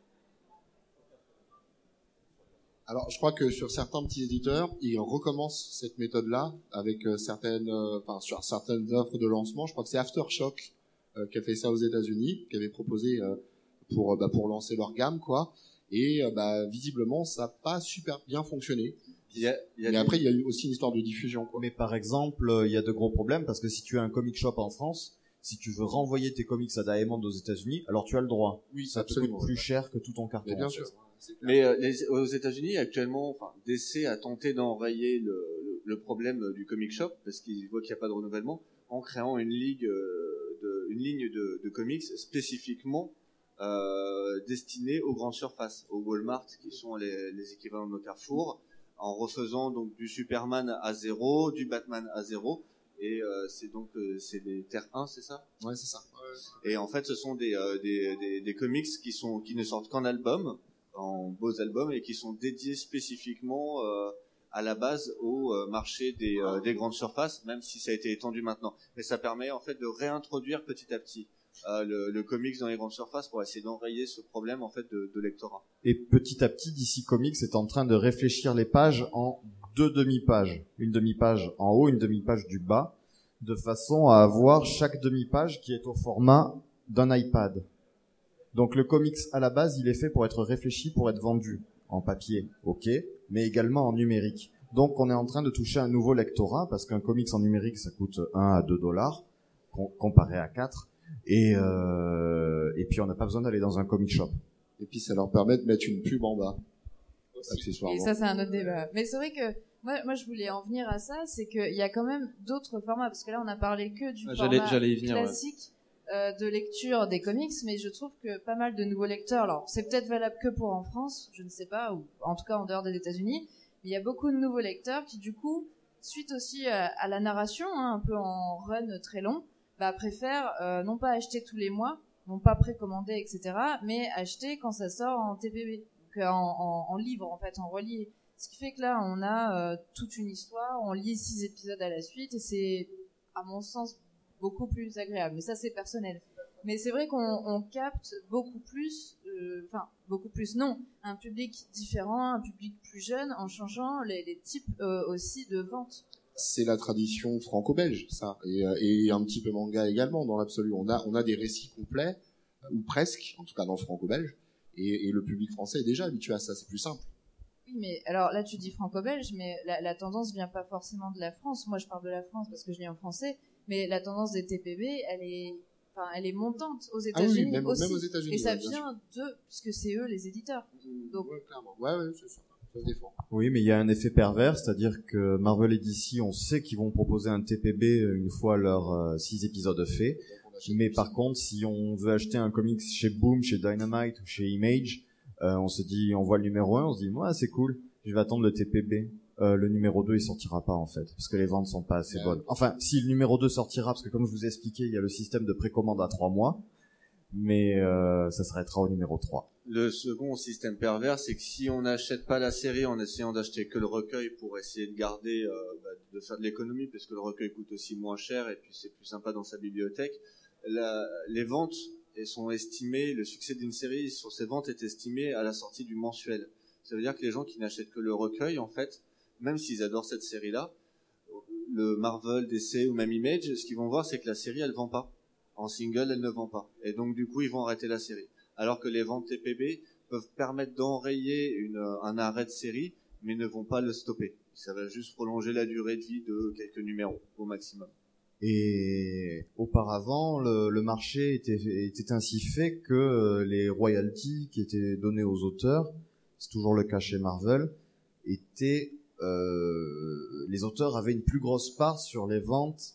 Alors, je crois que sur certains petits éditeurs, ils recommencent cette méthode-là avec sur certaines offres de lancement. Je crois que c'est Aftershock qui a fait ça aux États-Unis, qui avait proposé pour lancer leur gamme, quoi. Et visiblement, ça n'a pas super bien fonctionné. Mais après, il y a eu aussi une histoire de diffusion, quoi. Mais par exemple, il y a de gros problèmes parce que si tu as un comic shop en France, si tu veux renvoyer tes comics à Diamond aux États-Unis, alors tu as le droit. Oui, ça te coûte plus cher que tout ton carton. Mais bien sûr. Mais aux États-Unis actuellement, DC a tenté d'enrayer le problème du comic shop parce qu'ils voient qu'il n'y a pas de renouvellement en créant une ligne de comics spécifiquement destinée aux grandes surfaces, aux Walmart qui sont les équivalents de nos Carrefour, en refaisant donc du Superman à 0, du Batman à 0. Et c'est des Terre 1, c'est ça? Ouais, c'est ça. Ouais. Et en fait, ce sont des comics qui ne sortent qu'en album, en beaux albums, et qui sont dédiés spécifiquement à la base au marché des grandes surfaces, même si ça a été étendu maintenant. Mais ça permet en fait de réintroduire petit à petit le comics dans les grandes surfaces pour essayer d'enrayer ce problème en fait de lectorat. Et petit à petit, DC Comics est en train de réfléchir les pages en 2 demi-pages. Une demi-page en haut, une demi-page du bas, de façon à avoir chaque demi-page qui est au format d'un iPad. Donc le comics à la base, il est fait pour être réfléchi, pour être vendu en papier, ok. mais également en numérique. Donc on est en train de toucher un nouveau lectorat, parce qu'un comics en numérique, ça coûte 1 à 2 dollars, comparé à 4. Et puis on n'a pas besoin d'aller dans un comic shop. Et puis ça leur permet de mettre une pub en bas, accessoirement. Et ça, c'est un autre débat. Mais c'est vrai que moi, je voulais en venir à ça, c'est qu'il y a quand même d'autres formats, parce que là, on a parlé que du format j'allais y venir, classique de lecture des comics, mais je trouve que pas mal de nouveaux lecteurs, alors c'est peut-être valable que pour en France, je ne sais pas, ou en tout cas en dehors des États-Unis, mais il y a beaucoup de nouveaux lecteurs qui, du coup, suite aussi à la narration, un peu en run très long, préfèrent non pas acheter tous les mois, non pas précommander, etc., mais acheter quand ça sort en TPB, donc en livre, en fait, en relié. Ce qui fait que là, on a toute une histoire, on lit 6 épisodes à la suite, et c'est, à mon sens, beaucoup plus agréable. Mais ça, c'est personnel. Mais c'est vrai qu'on capte beaucoup plus, non, un public différent, un public plus jeune, en changeant les types aussi de vente. C'est la tradition franco-belge, ça, et un petit peu manga également, dans l'absolu. On a des récits complets, ou presque, en tout cas dans le franco-belge, et le public français est déjà habitué à ça, c'est plus simple. Oui, mais alors là, tu dis franco-belge, mais la tendance vient pas forcément de la France. Moi, je parle de la France parce que je lis en français, mais la tendance des TPB, elle est montante aux États-Unis, même aussi. Aux États-Unis. Et ça vient puisque c'est eux les éditeurs. Donc, ouais, clairement. Ouais, c'est ça. Ça se défend. Oui, mais il y a un effet pervers, c'est-à-dire que Marvel et DC, on sait qu'ils vont proposer un TPB une fois leurs 6 épisodes faits. Mais par contre, si on veut acheter un comics chez Boom, chez Dynamite ou chez Image, on se dit, on voit le numéro 1, on se dit, ouais, c'est cool, je vais attendre le TPB. Le numéro 2, il sortira pas, en fait, parce que les ventes sont pas assez bonnes. Enfin, si le numéro 2 sortira, parce que comme je vous ai expliqué, il y a le système de précommande à 3 mois, mais ça s'arrêtera au numéro 3. Le second système pervers, c'est que si on n'achète pas la série en essayant d'acheter que le recueil pour essayer de garder, de faire de l'économie, parce que le recueil coûte aussi moins cher et puis c'est plus sympa dans sa bibliothèque, les ventes sont estimées, le succès d'une série sur ses ventes est estimé à la sortie du mensuel. Ça veut dire que les gens qui n'achètent que le recueil, en fait, même s'ils adorent cette série-là, le Marvel, DC ou même Image, ce qu'ils vont voir, c'est que la série, elle vend pas. En single, elle ne vend pas. Et donc, du coup, ils vont arrêter la série. Alors que les ventes TPB peuvent permettre d'enrayer un arrêt de série, mais ne vont pas le stopper. Ça va juste prolonger la durée de vie de quelques numéros, au maximum. Et auparavant, le marché était ainsi fait que les royalties qui étaient données aux auteurs, c'est toujours le cas chez Marvel, les auteurs avaient une plus grosse part sur les ventes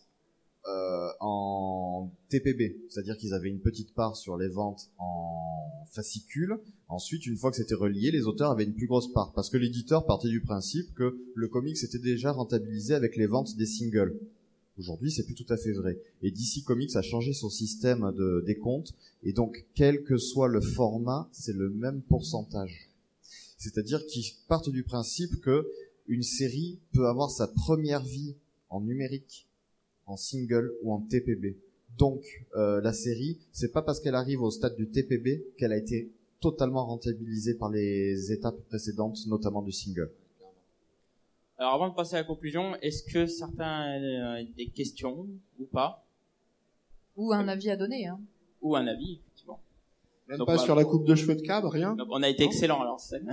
en TPB, c'est-à-dire qu'ils avaient une petite part sur les ventes en fascicules. Ensuite, une fois que c'était relié, les auteurs avaient une plus grosse part, parce que l'éditeur partait du principe que le comics était déjà rentabilisé avec les ventes des singles. Aujourd'hui, c'est plus tout à fait vrai. Et DC Comics a changé son système de décompte, et donc, quel que soit le format, c'est le même pourcentage. C'est-à-dire qu'ils partent du principe que une série peut avoir sa première vie en numérique, en single ou en TPB. Donc, la série, c'est pas parce qu'elle arrive au stade du TPB qu'elle a été totalement rentabilisée par les étapes précédentes, notamment du single. Alors, avant de passer à la conclusion, est-ce que certains ont des questions ou pas? Ou un avis à donner, hein. Ou un avis, effectivement. Même donc, pas sur la coupe de cheveux de Cab, rien? Donc, on a été excellent, alors, c'est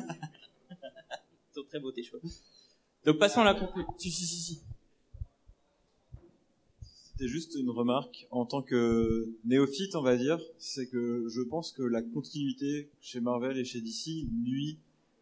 très beau tes cheveux. Donc, passons à la conclusion. Si. C'était juste une remarque en tant que néophyte, on va dire, c'est que je pense que la continuité chez Marvel et chez DC nuit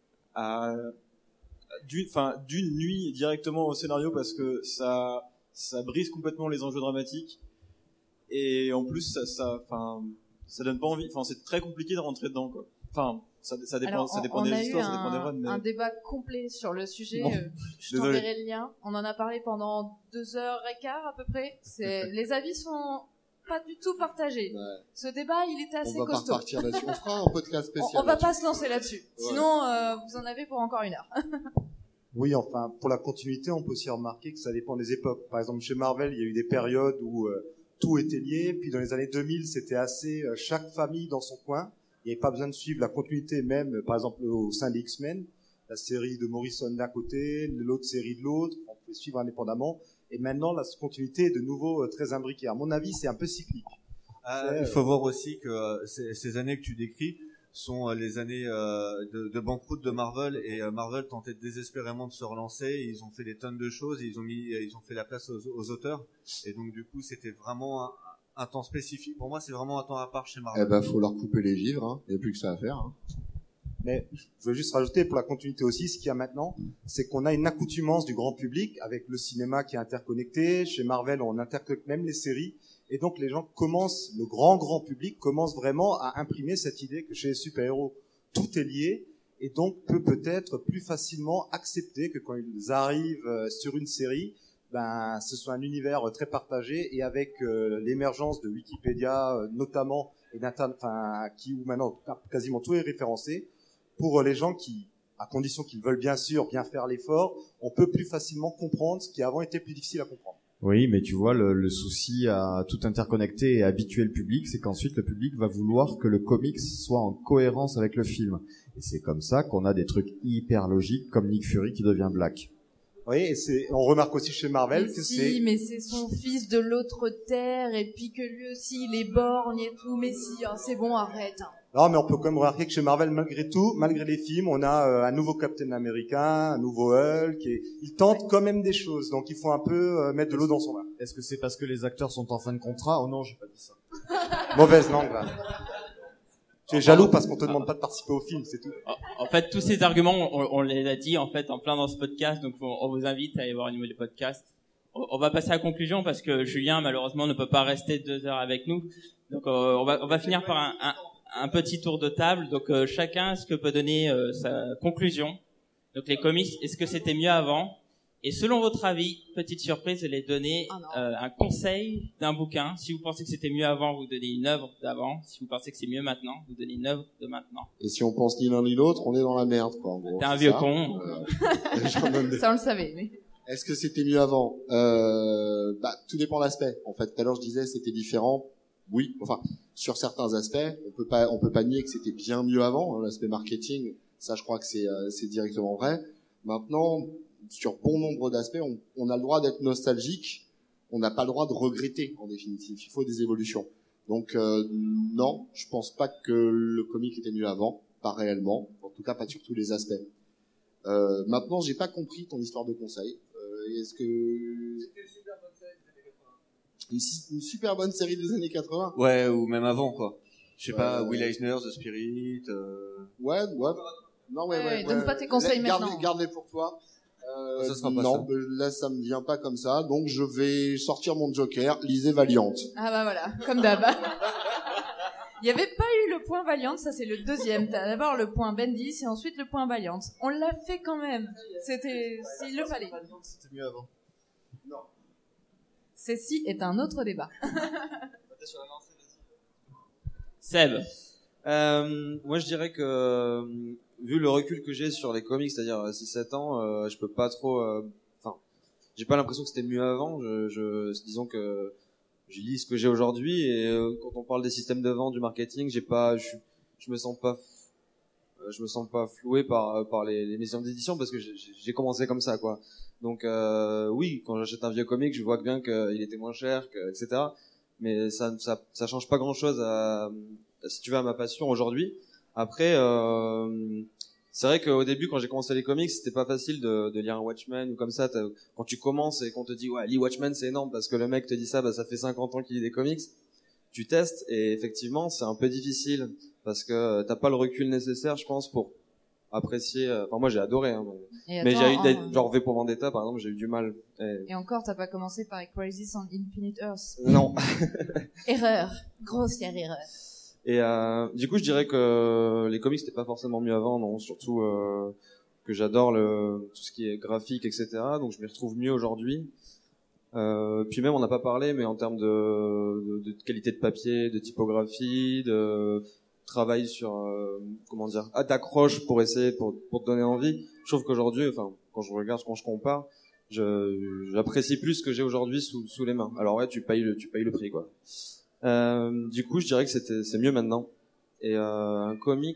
d'une nuit directement au scénario parce que ça brise complètement les enjeux dramatiques et en plus ça donne pas envie. Enfin, c'est très compliqué de rentrer dedans, quoi. Enfin, ça dépend des histoires, ça dépend des runs. Mais... un débat complet sur le sujet. Bon, je t'enverrai le lien. On en a parlé pendant 2h15 à peu près. Les avis sont pas du tout partagés. Ouais. Ce débat, il était assez costaud. On va pas repartir là-dessus. On fera un podcast spécial. On va pas se lancer là-dessus. Ouais. Sinon, vous en avez pour encore 1 heure. Oui, enfin, pour la continuité, on peut aussi remarquer que ça dépend des époques. Par exemple, chez Marvel, il y a eu des périodes où tout était lié. Puis dans les années 2000, c'était assez chaque famille dans son coin. Il n'y avait pas besoin de suivre la continuité même, par exemple, au sein des X-Men, la série de Morrison d'un côté, l'autre série de l'autre, on pouvait suivre indépendamment. Et maintenant, la continuité est de nouveau très imbriquée. À mon avis, c'est un peu cyclique. Il faut voir aussi que ces années que tu décris, sont les années de banqueroute de Marvel, et Marvel tentait désespérément de se relancer. Ils ont fait des tonnes de choses, et ils ont fait la place aux auteurs, et donc du coup c'était vraiment un temps spécifique. Pour moi, c'est vraiment un temps à part chez Marvel. Eh ben, faut leur couper les vivres, hein. Il n'y a plus que ça à faire, hein. Mais je veux juste rajouter pour la continuité aussi, ce qu'il y a maintenant, c'est qu'on a une accoutumance du grand public avec le cinéma qui est interconnecté. Chez Marvel, on interconnecte même les séries. Et donc les gens commencent, le grand public commence vraiment à imprimer cette idée que chez les super-héros, tout est lié et donc peut peut-être plus facilement accepter que quand ils arrivent sur une série, ben ce soit un univers très partagé, et avec l'émergence de Wikipédia notamment, et où maintenant quasiment tout est référencé, pour les gens qui, à condition qu'ils veulent bien sûr bien faire l'effort, on peut plus facilement comprendre ce qui avant était plus difficile à comprendre. Oui, mais tu vois, le souci à tout interconnecter et habituer le public, c'est qu'ensuite le public va vouloir que le comics soit en cohérence avec le film. Et c'est comme ça qu'on a des trucs hyper logiques comme Nick Fury qui devient Black. Oui, et on remarque aussi chez Marvel que c'est... mais c'est son fils de l'autre terre, et puis que lui aussi il est borgne et tout, mais si, hein, c'est bon, arrête. Hein. Non, mais on peut quand même remarquer que chez Marvel, malgré tout, malgré les films, on a un nouveau Captain America, un nouveau Hulk, et ils tentent quand même des choses, donc il faut un peu mettre de l'eau dans son vin. Est-ce que c'est parce que les acteurs sont en fin de contrat? Oh non, j'ai pas dit ça. Mauvaise langue, là. Tu es jaloux parce qu'on te demande pas de participer au film, c'est tout. En fait, tous ces arguments, on les a dit en fait en plein dans ce podcast, donc on vous invite à aller voir au niveau du podcast. On va passer à la conclusion parce que Julien malheureusement ne peut pas rester 2 heures avec nous, donc on va finir par un petit tour de table. Donc chacun est-ce que peut donner sa conclusion. Donc les comics, est-ce que c'était mieux avant? Et selon votre avis, petite surprise, vous allez donner un conseil d'un bouquin. Si vous pensez que c'était mieux avant, vous donnez une œuvre d'avant. Si vous pensez que c'est mieux maintenant, vous donnez une œuvre de maintenant. Et si on pense ni l'un ni l'autre, on est dans la merde, quoi, en gros. T'es un vieux con. Ça on le savait, mais... Est-ce que c'était mieux avant? Tout dépend de l'aspect. En fait, tout à l'heure je disais c'était différent. Oui, enfin, sur certains aspects, on peut pas nier que c'était bien mieux avant, hein, l'aspect marketing. Ça, je crois que c'est directement vrai. Maintenant, sur bon nombre d'aspects, on a le droit d'être nostalgique. On n'a pas le droit de regretter, en définitive. Il faut des évolutions. Donc, non, je pense pas que le comic était mieux avant. Pas réellement. En tout cas, pas sur tous les aspects. Maintenant, j'ai pas compris ton histoire de conseil. Est-ce que... Une super bonne série des années 80? Ouais, ou même avant, quoi. Je sais pas, Will Eisner, The Spirit... Ouais. Non, ouais. Donne pas tes conseils maintenant. Garde-les pour toi. Ça sera pas non, là, ça me vient pas comme ça. Donc, je vais sortir mon Joker. Lisez Valiant. Ah bah voilà, comme d'hab. Il n'y avait pas eu le point Valiant, ça c'est le deuxième. T'as d'abord le point Bendis et ensuite le point Valiant. On l'a fait quand même. S'il le fallait. C'était mieux avant. Non. Ceci est un autre débat. Seb. Moi je dirais que vu le recul que j'ai sur les comics, c'est-à-dire 6-7 ans, je peux pas trop... j'ai pas l'impression que c'était mieux avant. Disons que je lis ce que j'ai aujourd'hui, et quand on parle des systèmes de vente, du marketing, je me sens pas floué par les maisons d'édition, parce que j'ai commencé comme ça, quoi. Donc oui, quand j'achète un vieux comic, je vois bien qu'il était moins cher, etc. Mais ça change pas grand-chose si tu veux, à ma passion aujourd'hui. Après, c'est vrai qu'au début, quand j'ai commencé les comics, c'était pas facile de lire un Watchmen ou comme ça. Quand tu commences et qu'on te dit ouais, lis Watchmen, c'est énorme, parce que le mec te dit ça, ça fait 50 ans qu'il lit des comics. Tu testes, et effectivement, c'est un peu difficile parce que t'as pas le recul nécessaire, je pense, pour apprécier. Enfin, moi, j'ai adoré, hein, mais j'ai eu genre V pour Vendetta, par exemple, j'ai eu du mal. Et encore, t'as pas commencé par Crisis on Infinite Earths. Non. Erreur, grossière erreur. Et du coup, je dirais que les comics c'était pas forcément mieux avant, non. Surtout que j'adore tout ce qui est graphique, etc. Donc je m'y retrouve mieux aujourd'hui. Puis même, on n'a pas parlé, mais en termes de qualité de papier, de typographie, de travail sur d'accroche pour essayer pour te donner envie. Je trouve qu'aujourd'hui, enfin, quand je compare, j'apprécie plus ce que j'ai aujourd'hui sous les mains. Alors ouais, tu payes le prix, quoi. Du coup, je dirais que c'est mieux maintenant. Et un comics,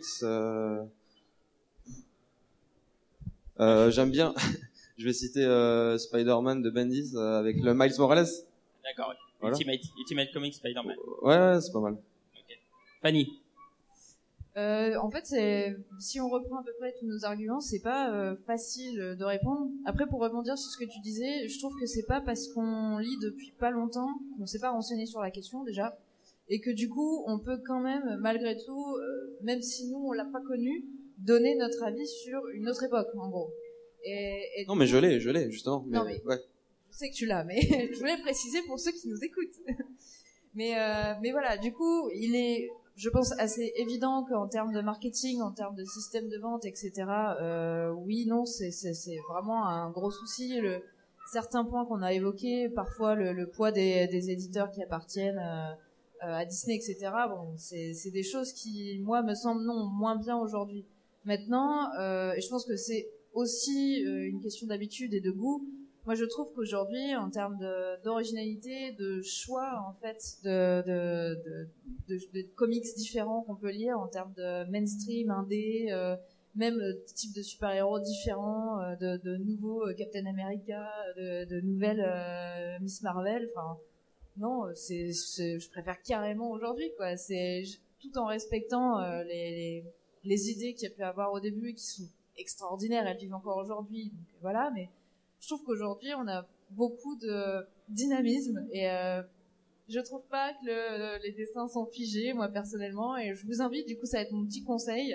j'aime bien. Je vais citer Spider-Man de Bendis avec le Miles Morales. D'accord. Ouais. Voilà. Ultimate Comics Spider-Man. Ouais, c'est pas mal. Okay. Fanny. En fait, si on reprend à peu près tous nos arguments, c'est pas facile de répondre. Après, pour rebondir sur ce que tu disais, je trouve que c'est pas parce qu'on lit depuis pas longtemps qu'on s'est pas renseigné sur la question déjà, et que du coup, on peut quand même, malgré tout, même si nous on l'a pas connu, donner notre avis sur une autre époque, en gros. Et non, mais je l'ai justement. Non, mais ouais. Je sais que tu l'as, mais je voulais préciser pour ceux qui nous écoutent. Mais voilà, du coup, il est, je pense, assez évident qu'en termes de marketing, en termes de système de vente, etc., oui, non, c'est vraiment un gros souci. Certains points qu'on a évoqués, parfois le poids des éditeurs qui appartiennent à Disney, etc., bon, c'est des choses qui, moi, me semblent moins bien aujourd'hui. Maintenant, et je pense que c'est aussi une question d'habitude et de goût. Moi, je trouve qu'aujourd'hui, en termes d'originalité, de choix, en fait, de comics différents qu'on peut lire, en termes de mainstream, indé, même type de super-héros différents, de nouveaux Captain America, de nouvelles Miss Marvel, enfin, non, je préfère carrément aujourd'hui, quoi. C'est tout en respectant les idées qu'il y a pu avoir au début, qui sont extraordinaires, elles vivent encore aujourd'hui, donc voilà, mais je trouve qu'aujourd'hui, on a beaucoup de dynamisme et je trouve pas que les dessins sont figés, moi personnellement, et je vous invite, du coup, ça va être mon petit conseil,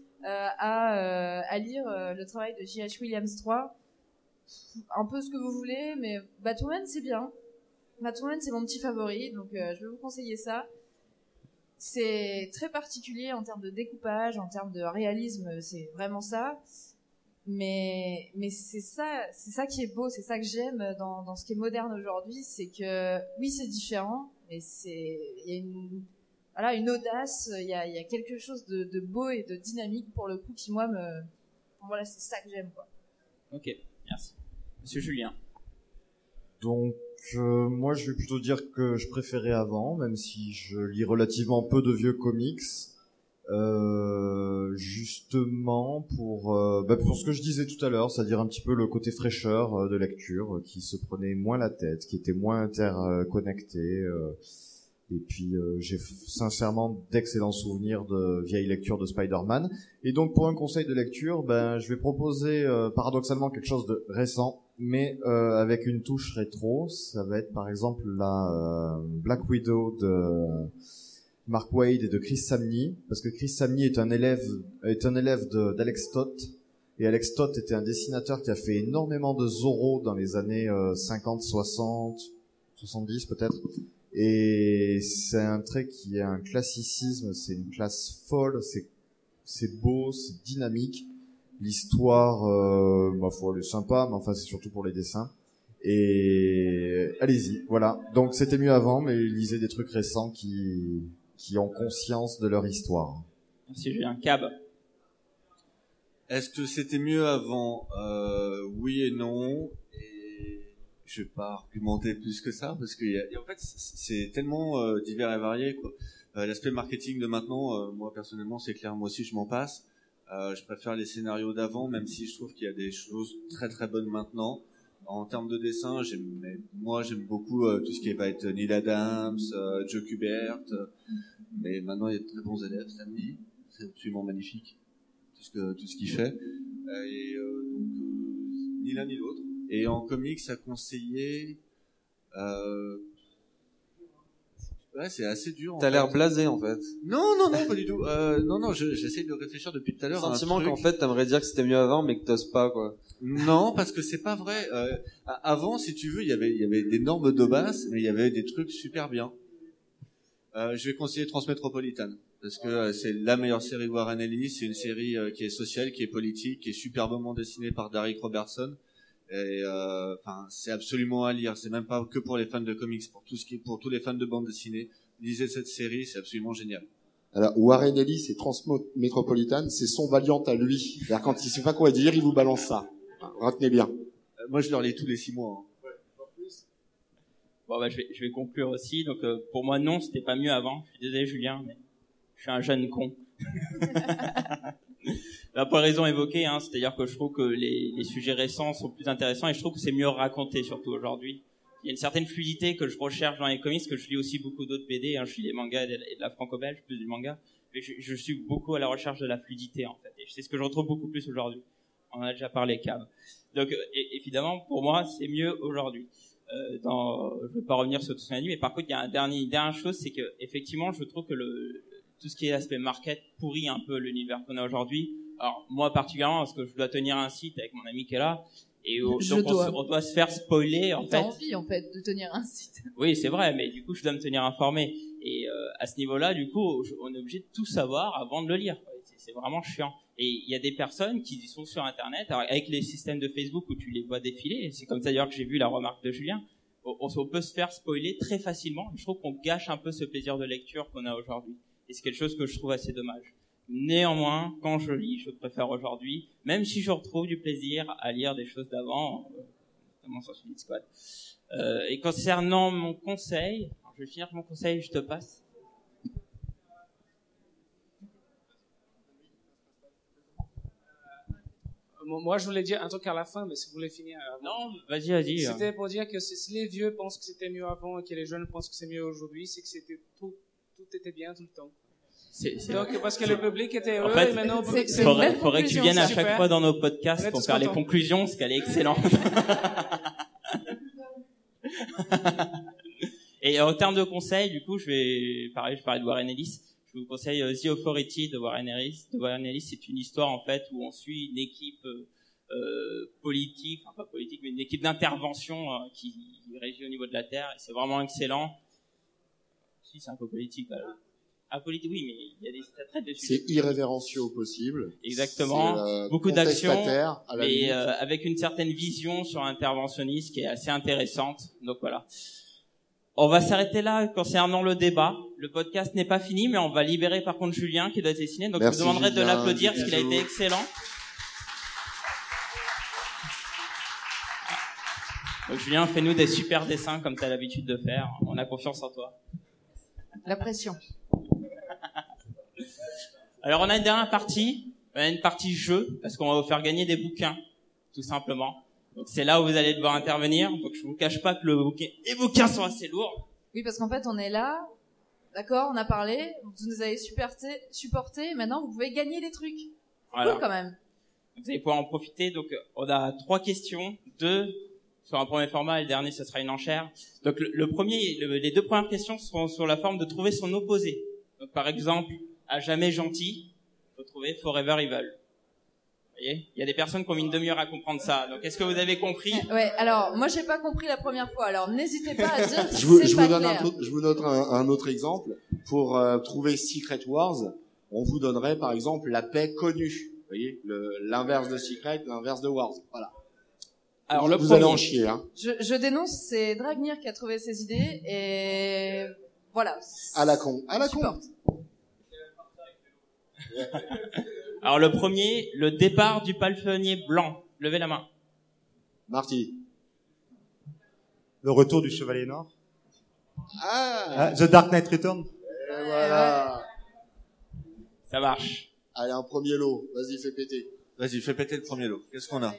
à lire le travail de J.H. Williams 3. Un peu ce que vous voulez, mais Batwoman, c'est bien. Batwoman, c'est mon petit favori, donc je vais vous conseiller ça. C'est très particulier en termes de découpage, en termes de réalisme, c'est vraiment ça. Mais c'est ça qui est beau, c'est ça que j'aime dans ce qui est moderne aujourd'hui, c'est que oui, c'est différent, mais il y a une audace, il y a quelque chose de beau et de dynamique pour le coup qui moi voilà, c'est ça que j'aime, quoi. Ok, merci. Monsieur Julien. Donc moi je vais plutôt dire que je préférais avant, même si je lis relativement peu de vieux comics. Justement pour ce que je disais tout à l'heure, c'est-à-dire un petit peu le côté fraîcheur de lecture, qui se prenait moins la tête, qui était moins interconnecté, et puis j'ai sincèrement d'excellents souvenirs de vieilles lectures de Spider-Man. Et donc pour un conseil de lecture, je vais proposer paradoxalement quelque chose de récent, mais avec une touche rétro. Ça va être par exemple la Black Widow de Mark Waid et de Chris Samnee, parce que Chris Samnee est un élève d'Alex Toth, et Alex Toth était un dessinateur qui a fait énormément de Zorro dans les années 50, 60, 70 peut-être, et c'est un trait qui est un classicisme, c'est une classe folle, c'est beau, c'est dynamique, l'histoire, elle est sympa, mais enfin c'est surtout pour les dessins. Et allez-y, voilà. Donc c'était mieux avant, mais lisez des trucs récents qui ont conscience de leur histoire. Merci Julien. Cab. Est-ce que c'était mieux avant? Oui et non. Et je vais pas argumenter plus que ça, parce que en fait, c'est tellement divers et varié, quoi. L'aspect marketing de maintenant, moi personnellement, c'est clair, moi aussi je m'en passe. Je préfère les scénarios d'avant, même si je trouve qu'il y a des choses très très bonnes maintenant. En termes de dessin, j'aime beaucoup tout ce qui va être Neil Adams, Joe Kubert, mais maintenant il y a de très bons élèves, Stanley, c'est absolument magnifique tout ce qu'il fait, donc ni l'un ni l'autre. Et en comics, à conseiller, ouais, c'est assez dur. T'as l'air blasé en fait. Non, pas du tout. Non, j'essaie de réfléchir depuis tout à l'heure. Le sentiment qu'en fait t'aimerais dire que c'était mieux avant, mais que t'oses pas, quoi. Non, parce que c'est pas vrai. Avant, si tu veux, il y avait d'énormes daubasses, mais il y avait des trucs super bien. Je vais conseiller Transmétropolitan, parce que c'est la meilleure série Warren Ellis. C'est une série qui est sociale, qui est politique, qui est superbement dessinée par Derek Robertson. Et c'est absolument à lire. C'est même pas que pour les fans de comics, pour tous les fans de bande dessinée. Lisez cette série, c'est absolument génial. Alors Warren Ellis et Transmétropolitan, c'est son Valiant à lui. C'est-à-dire quand il sait pas quoi dire, il vous balance ça. Retenez bien. Moi, je leur lis tous les 6 mois. Hein. Bon, je vais conclure aussi. Donc, pour moi, non, c'était pas mieux avant. Je suis désolé, Julien, mais je suis un jeune con. Là, pour raison évoquée, hein, c'est-à-dire que je trouve que les sujets récents sont plus intéressants et je trouve que c'est mieux raconté, surtout aujourd'hui. y a une certaine fluidité que je recherche dans les comics, que je lis aussi beaucoup d'autres BD, hein, je lis des mangas et de la franco-belge, plus du manga, mais je suis beaucoup à la recherche de la fluidité en fait, et c'est ce que je retrouve beaucoup plus aujourd'hui. On en a déjà parlé, Cam. Donc évidemment, pour moi, c'est mieux aujourd'hui. Je vais pas revenir sur tout ce qu'on a dit, mais par contre, il y a une dernière chose, c'est que effectivement, je trouve que tout ce qui est aspect market pourrit un peu l'univers qu'on a aujourd'hui. Alors moi particulièrement, parce que je dois tenir un site avec mon ami qui est là, et donc on doit se faire spoiler en fait. T'as envie en fait de tenir un site. Oui, c'est vrai, mais du coup, je dois me tenir informé. Et à ce niveau-là, du coup, on est obligé de tout savoir avant de le lire. C'est vraiment chiant. Et il y a des personnes qui sont sur Internet, alors, avec les systèmes de Facebook où tu les vois défiler, et c'est comme ça d'ailleurs que j'ai vu la remarque de Julien, on peut se faire spoiler très facilement. Je trouve qu'on gâche un peu ce plaisir de lecture qu'on a aujourd'hui. Et c'est quelque chose que je trouve assez dommage. Néanmoins, quand je lis, je préfère aujourd'hui, même si je retrouve du plaisir à lire des choses d'avant, notamment sur Suicide Squad. Et concernant mon conseil, alors je vais finir mon conseil, je te passe. Moi, je voulais dire un truc à la fin, mais si vous voulez finir avant. Non, vas-y. C'était pour dire que si les vieux pensent que c'était mieux avant et que les jeunes pensent que c'est mieux aujourd'hui, c'est que c'était tout était bien tout le temps. Donc, parce que le public était heureux, en fait, et maintenant, faudrait que tu viennes à chaque fois dans nos podcasts pour faire les conclusions, parce qu'elle est excellente. Et en termes de conseils, du coup, je parlais de Warren Ellis. Je vous conseille The Authority de Warren Ellis. C'est une histoire, en fait, où on suit une équipe politique, enfin pas politique, mais une équipe d'intervention qui régit au niveau de la Terre. Et c'est vraiment excellent. Si, c'est un peu politique, politique, oui, mais il y a ça traite dessus. C'est irrévérencieux au possible. Exactement. Beaucoup d'actions, mais avec une certaine vision sur l'interventionniste qui est assez intéressante. Donc voilà. On va s'arrêter là concernant le débat. Le podcast n'est pas fini, mais on va libérer par contre Julien qui doit dessiner. Donc merci, je vous demanderai Julien, de l'applaudir parce qu'il a été excellent. Donc Julien, fais-nous des super dessins comme tu as l'habitude de faire. On a confiance en toi. La pression. Alors on a une dernière partie, une partie jeu, parce qu'on va vous faire gagner des bouquins, tout simplement. Donc c'est là où vous allez devoir intervenir. Donc je vous cache pas que les bouquins sont assez lourds. Oui, parce qu'en fait on est là, d'accord, on a parlé, vous nous avez supporté, maintenant vous pouvez gagner des trucs. Voilà. Cool quand même. Vous allez pouvoir en profiter. Donc on a 3 questions, 2 sur un premier format et le dernier ce sera une enchère. Donc les 2 premières questions seront sur la forme de trouver son opposé. Donc par exemple, à jamais gentil, faut trouver Forever Evil. Vous voyez, il y a des personnes qui ont mis une demi-heure à comprendre ça. Donc est-ce que vous avez compris? Ouais, alors moi j'ai pas compris la première fois. Alors n'hésitez pas à dire si je vous c'est pas donne clair. je vous donne un autre exemple. Pour trouver Secret Wars, on vous donnerait par exemple la paix connue. Vous voyez, l'inverse de Secret, l'inverse de Wars. Voilà. Alors vous allez en chier, hein. Je dénonce, c'est Dragnir qui a trouvé ces idées et voilà. À la con. Alors le premier, le départ du palefrenier blanc. Levez la main. Marty. Le retour du Chevalier Noir. The Dark Knight Returns. Et voilà. Ça marche. Allez, un premier lot. Vas-y, fais péter. Vas-y, fais péter le premier lot. Qu'est-ce qu'on a?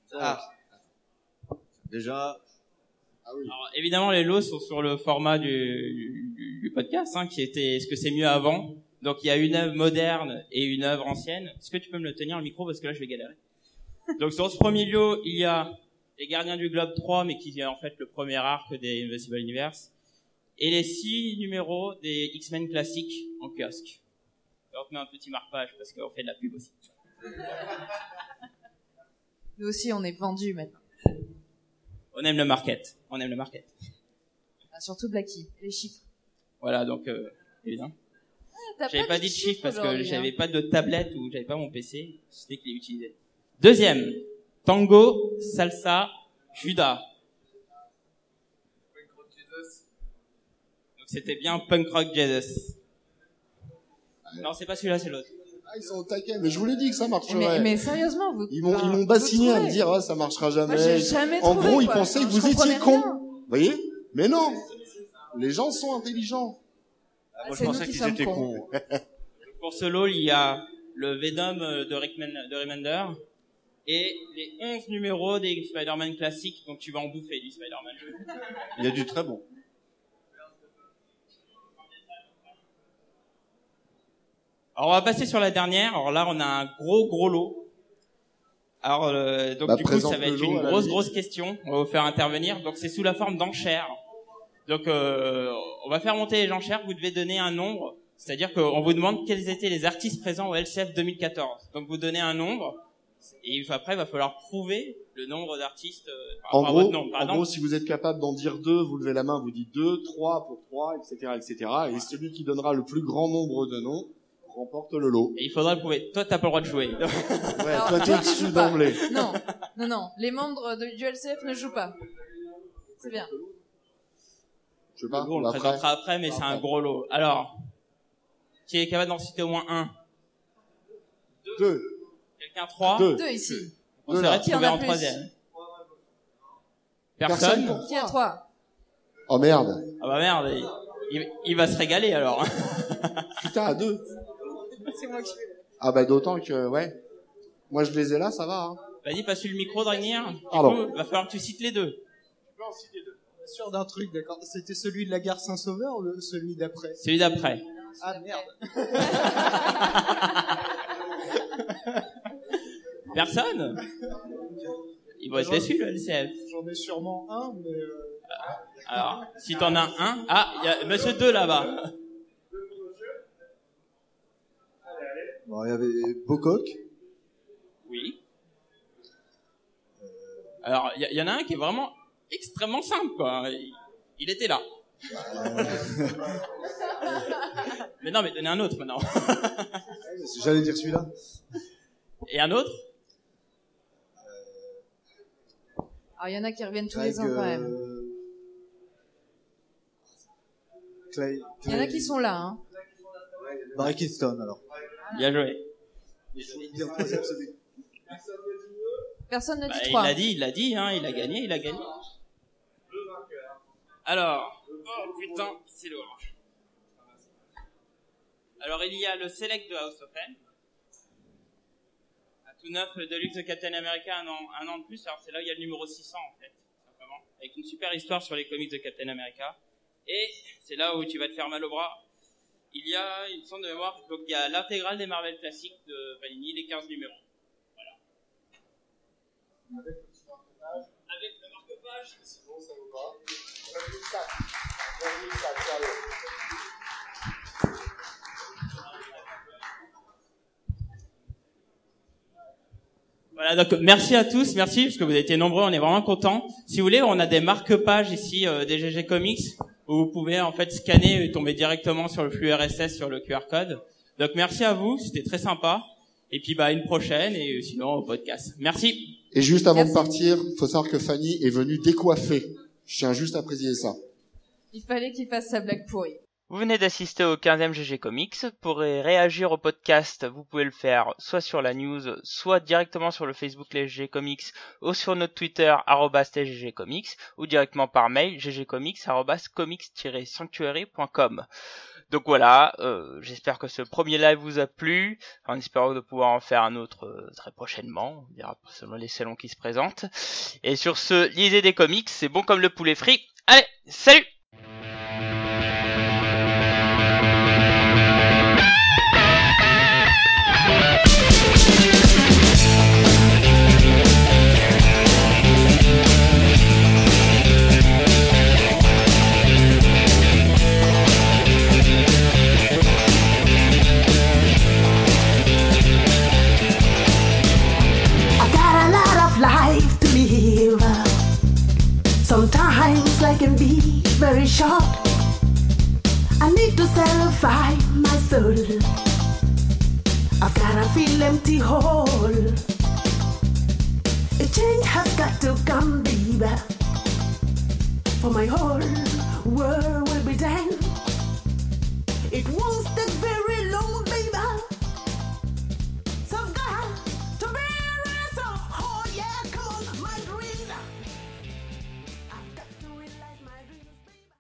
Déjà. Ah oui. Alors, évidemment, les lots sont sur le format du podcast, qui était est-ce que c'est mieux avant? Donc il y a une œuvre moderne et une œuvre ancienne. Est-ce que tu peux me le tenir le micro parce que là je vais galérer. Donc sur ce premier lot, il y a les Gardiens du Globe 3, mais qui est en fait le premier arc des Invincible Universe, et les 6 numéros des X-Men classiques en kiosque. Alors, on met un petit marque-page parce qu'on fait de la pub aussi. Nous aussi on est vendus maintenant. On aime le market. Ah, surtout Blacky, les chiffres. Voilà, donc évidemment. J'avais pas dit de chiffres parce que j'avais pas de tablette ou j'avais pas mon PC, c'était qu'il est utilisé. Deuxième, Tango, Salsa, Judas. Donc c'était bien Punk Rock Jesus. Non, c'est pas celui-là, c'est l'autre. Ils sont au taquet, mais je vous l'ai dit que ça marcherait. Mais sérieusement, ils m'ont bassiné à me dire ça marchera jamais. Moi, j'ai jamais en trouvé, gros, ils quoi. pensaient que vous étiez cons. Vous voyez? Mais non. Les gens sont intelligents. Moi, je pensais qu'ils étaient cons. Pour ce lot, il y a le Venom de Remender, et les 11 numéros des Spider-Man classiques, donc tu vas en bouffer du Spider-Man. Il y a du très bon. Alors on va passer sur la dernière. Alors là on a un gros lot. Alors donc du coup ça va être une grosse question. On va vous faire intervenir. Donc c'est sous la forme d'enchères. Donc on va faire monter les enchères. Vous devez donner un nombre. C'est-à-dire qu'on vous demande quels étaient les artistes présents au LCF 2014. Donc vous donnez un nombre et après il va falloir prouver le nombre d'artistes par rapport à votre nombre. En gros, si vous êtes capable d'en dire 2, vous levez la main, vous dites 2, 3 pour 3, etc. Et celui qui donnera le plus grand nombre de noms remporte le lot. Et il faudra le prouver. Toi, t'as pas le droit de jouer. Ouais, alors, toi, t'es dessus d'emblée. Non. Les membres du LCF ne jouent pas. C'est bien. Je sais pas. On le présentera après, mais c'est un gros lot. Alors, qui est capable d'en citer au moins un? 2. Quelqu'un 3? 2 ici. On s'arrête de trouver en troisième. Personne? Qui a 3? Oh merde. Ah bah merde, il va se régaler alors. Putain, à 2. C'est moi qui suis là. Ah bah d'autant que, ouais. Moi je les ai là, ça va. Hein. Vas-y, passe-lui le micro, Dragnir. Pardon. Va falloir que tu cites les deux. Je peux en citer deux. Je suis sûr d'un truc, d'accord. C'était celui de la gare Saint-Sauveur ou celui d'après? Celui d'après. Ah merde. Personne? Il va être déçu, le LCF. J'en ai sûrement un, mais... Alors, si t'en as un... Ah, il y a Monsieur 2 là-bas. Bon, il y avait Pocock. Oui. Alors, il y en a un qui est vraiment extrêmement simple, quoi. Il était là. Mais non, mais donnez un autre maintenant. J'allais dire celui-là. Et un autre? Alors, il y en a qui reviennent tous les ans quand même. Clay. Il y en a qui sont là, hein. Barry Kingston, alors. Bien joué. Personne ne dit il 3. l'a dit, hein, il a gagné. Alors, oh putain, c'est lourd. Alors, il y a le Select de House of M. Un tout neuf Deluxe de Captain America, un an de plus. Alors, c'est là où il y a le numéro 600, en fait, simplement. Avec une super histoire sur les comics de Captain America. Et c'est là où tu vas te faire mal au bras. Il y a une sorte de mémoire, donc il y a l'intégrale des Marvel classiques de Panini, les 15 numéros. Voilà. Avec le marque-page. Sinon, ça vaut pas. Voilà, donc merci à tous, merci parce que vous avez été nombreux, on est vraiment contents. Si vous voulez, on a des marque-pages ici des GG Comics où vous pouvez en fait scanner et tomber directement sur le flux RSS sur le QR code. Donc merci à vous, c'était très sympa. Et puis une prochaine et sinon au podcast. Merci. Et juste avant de partir, faut savoir que Fanny est venue décoiffer. Je tiens juste à préciser ça. Il fallait qu'il fasse sa blague pourrie. Vous venez d'assister au 15e GG Comics. Pour réagir au podcast, vous pouvez le faire soit sur la news, soit directement sur le Facebook Les GG Comics ou sur notre Twitter @GGComics ou directement par mail ggcomics@comics-sanctuary.com. Donc voilà, j'espère que ce premier live vous a plu, en espérant de pouvoir en faire un autre très prochainement, on verra selon les salons qui se présentent. Et sur ce, lisez des comics, c'est bon comme le poulet frit. Allez, salut! Sometimes life can be very short. I need to satisfy my soul. I've gotta feel empty hole. A change has got to come, baby, for my whole world will be done. It won't take very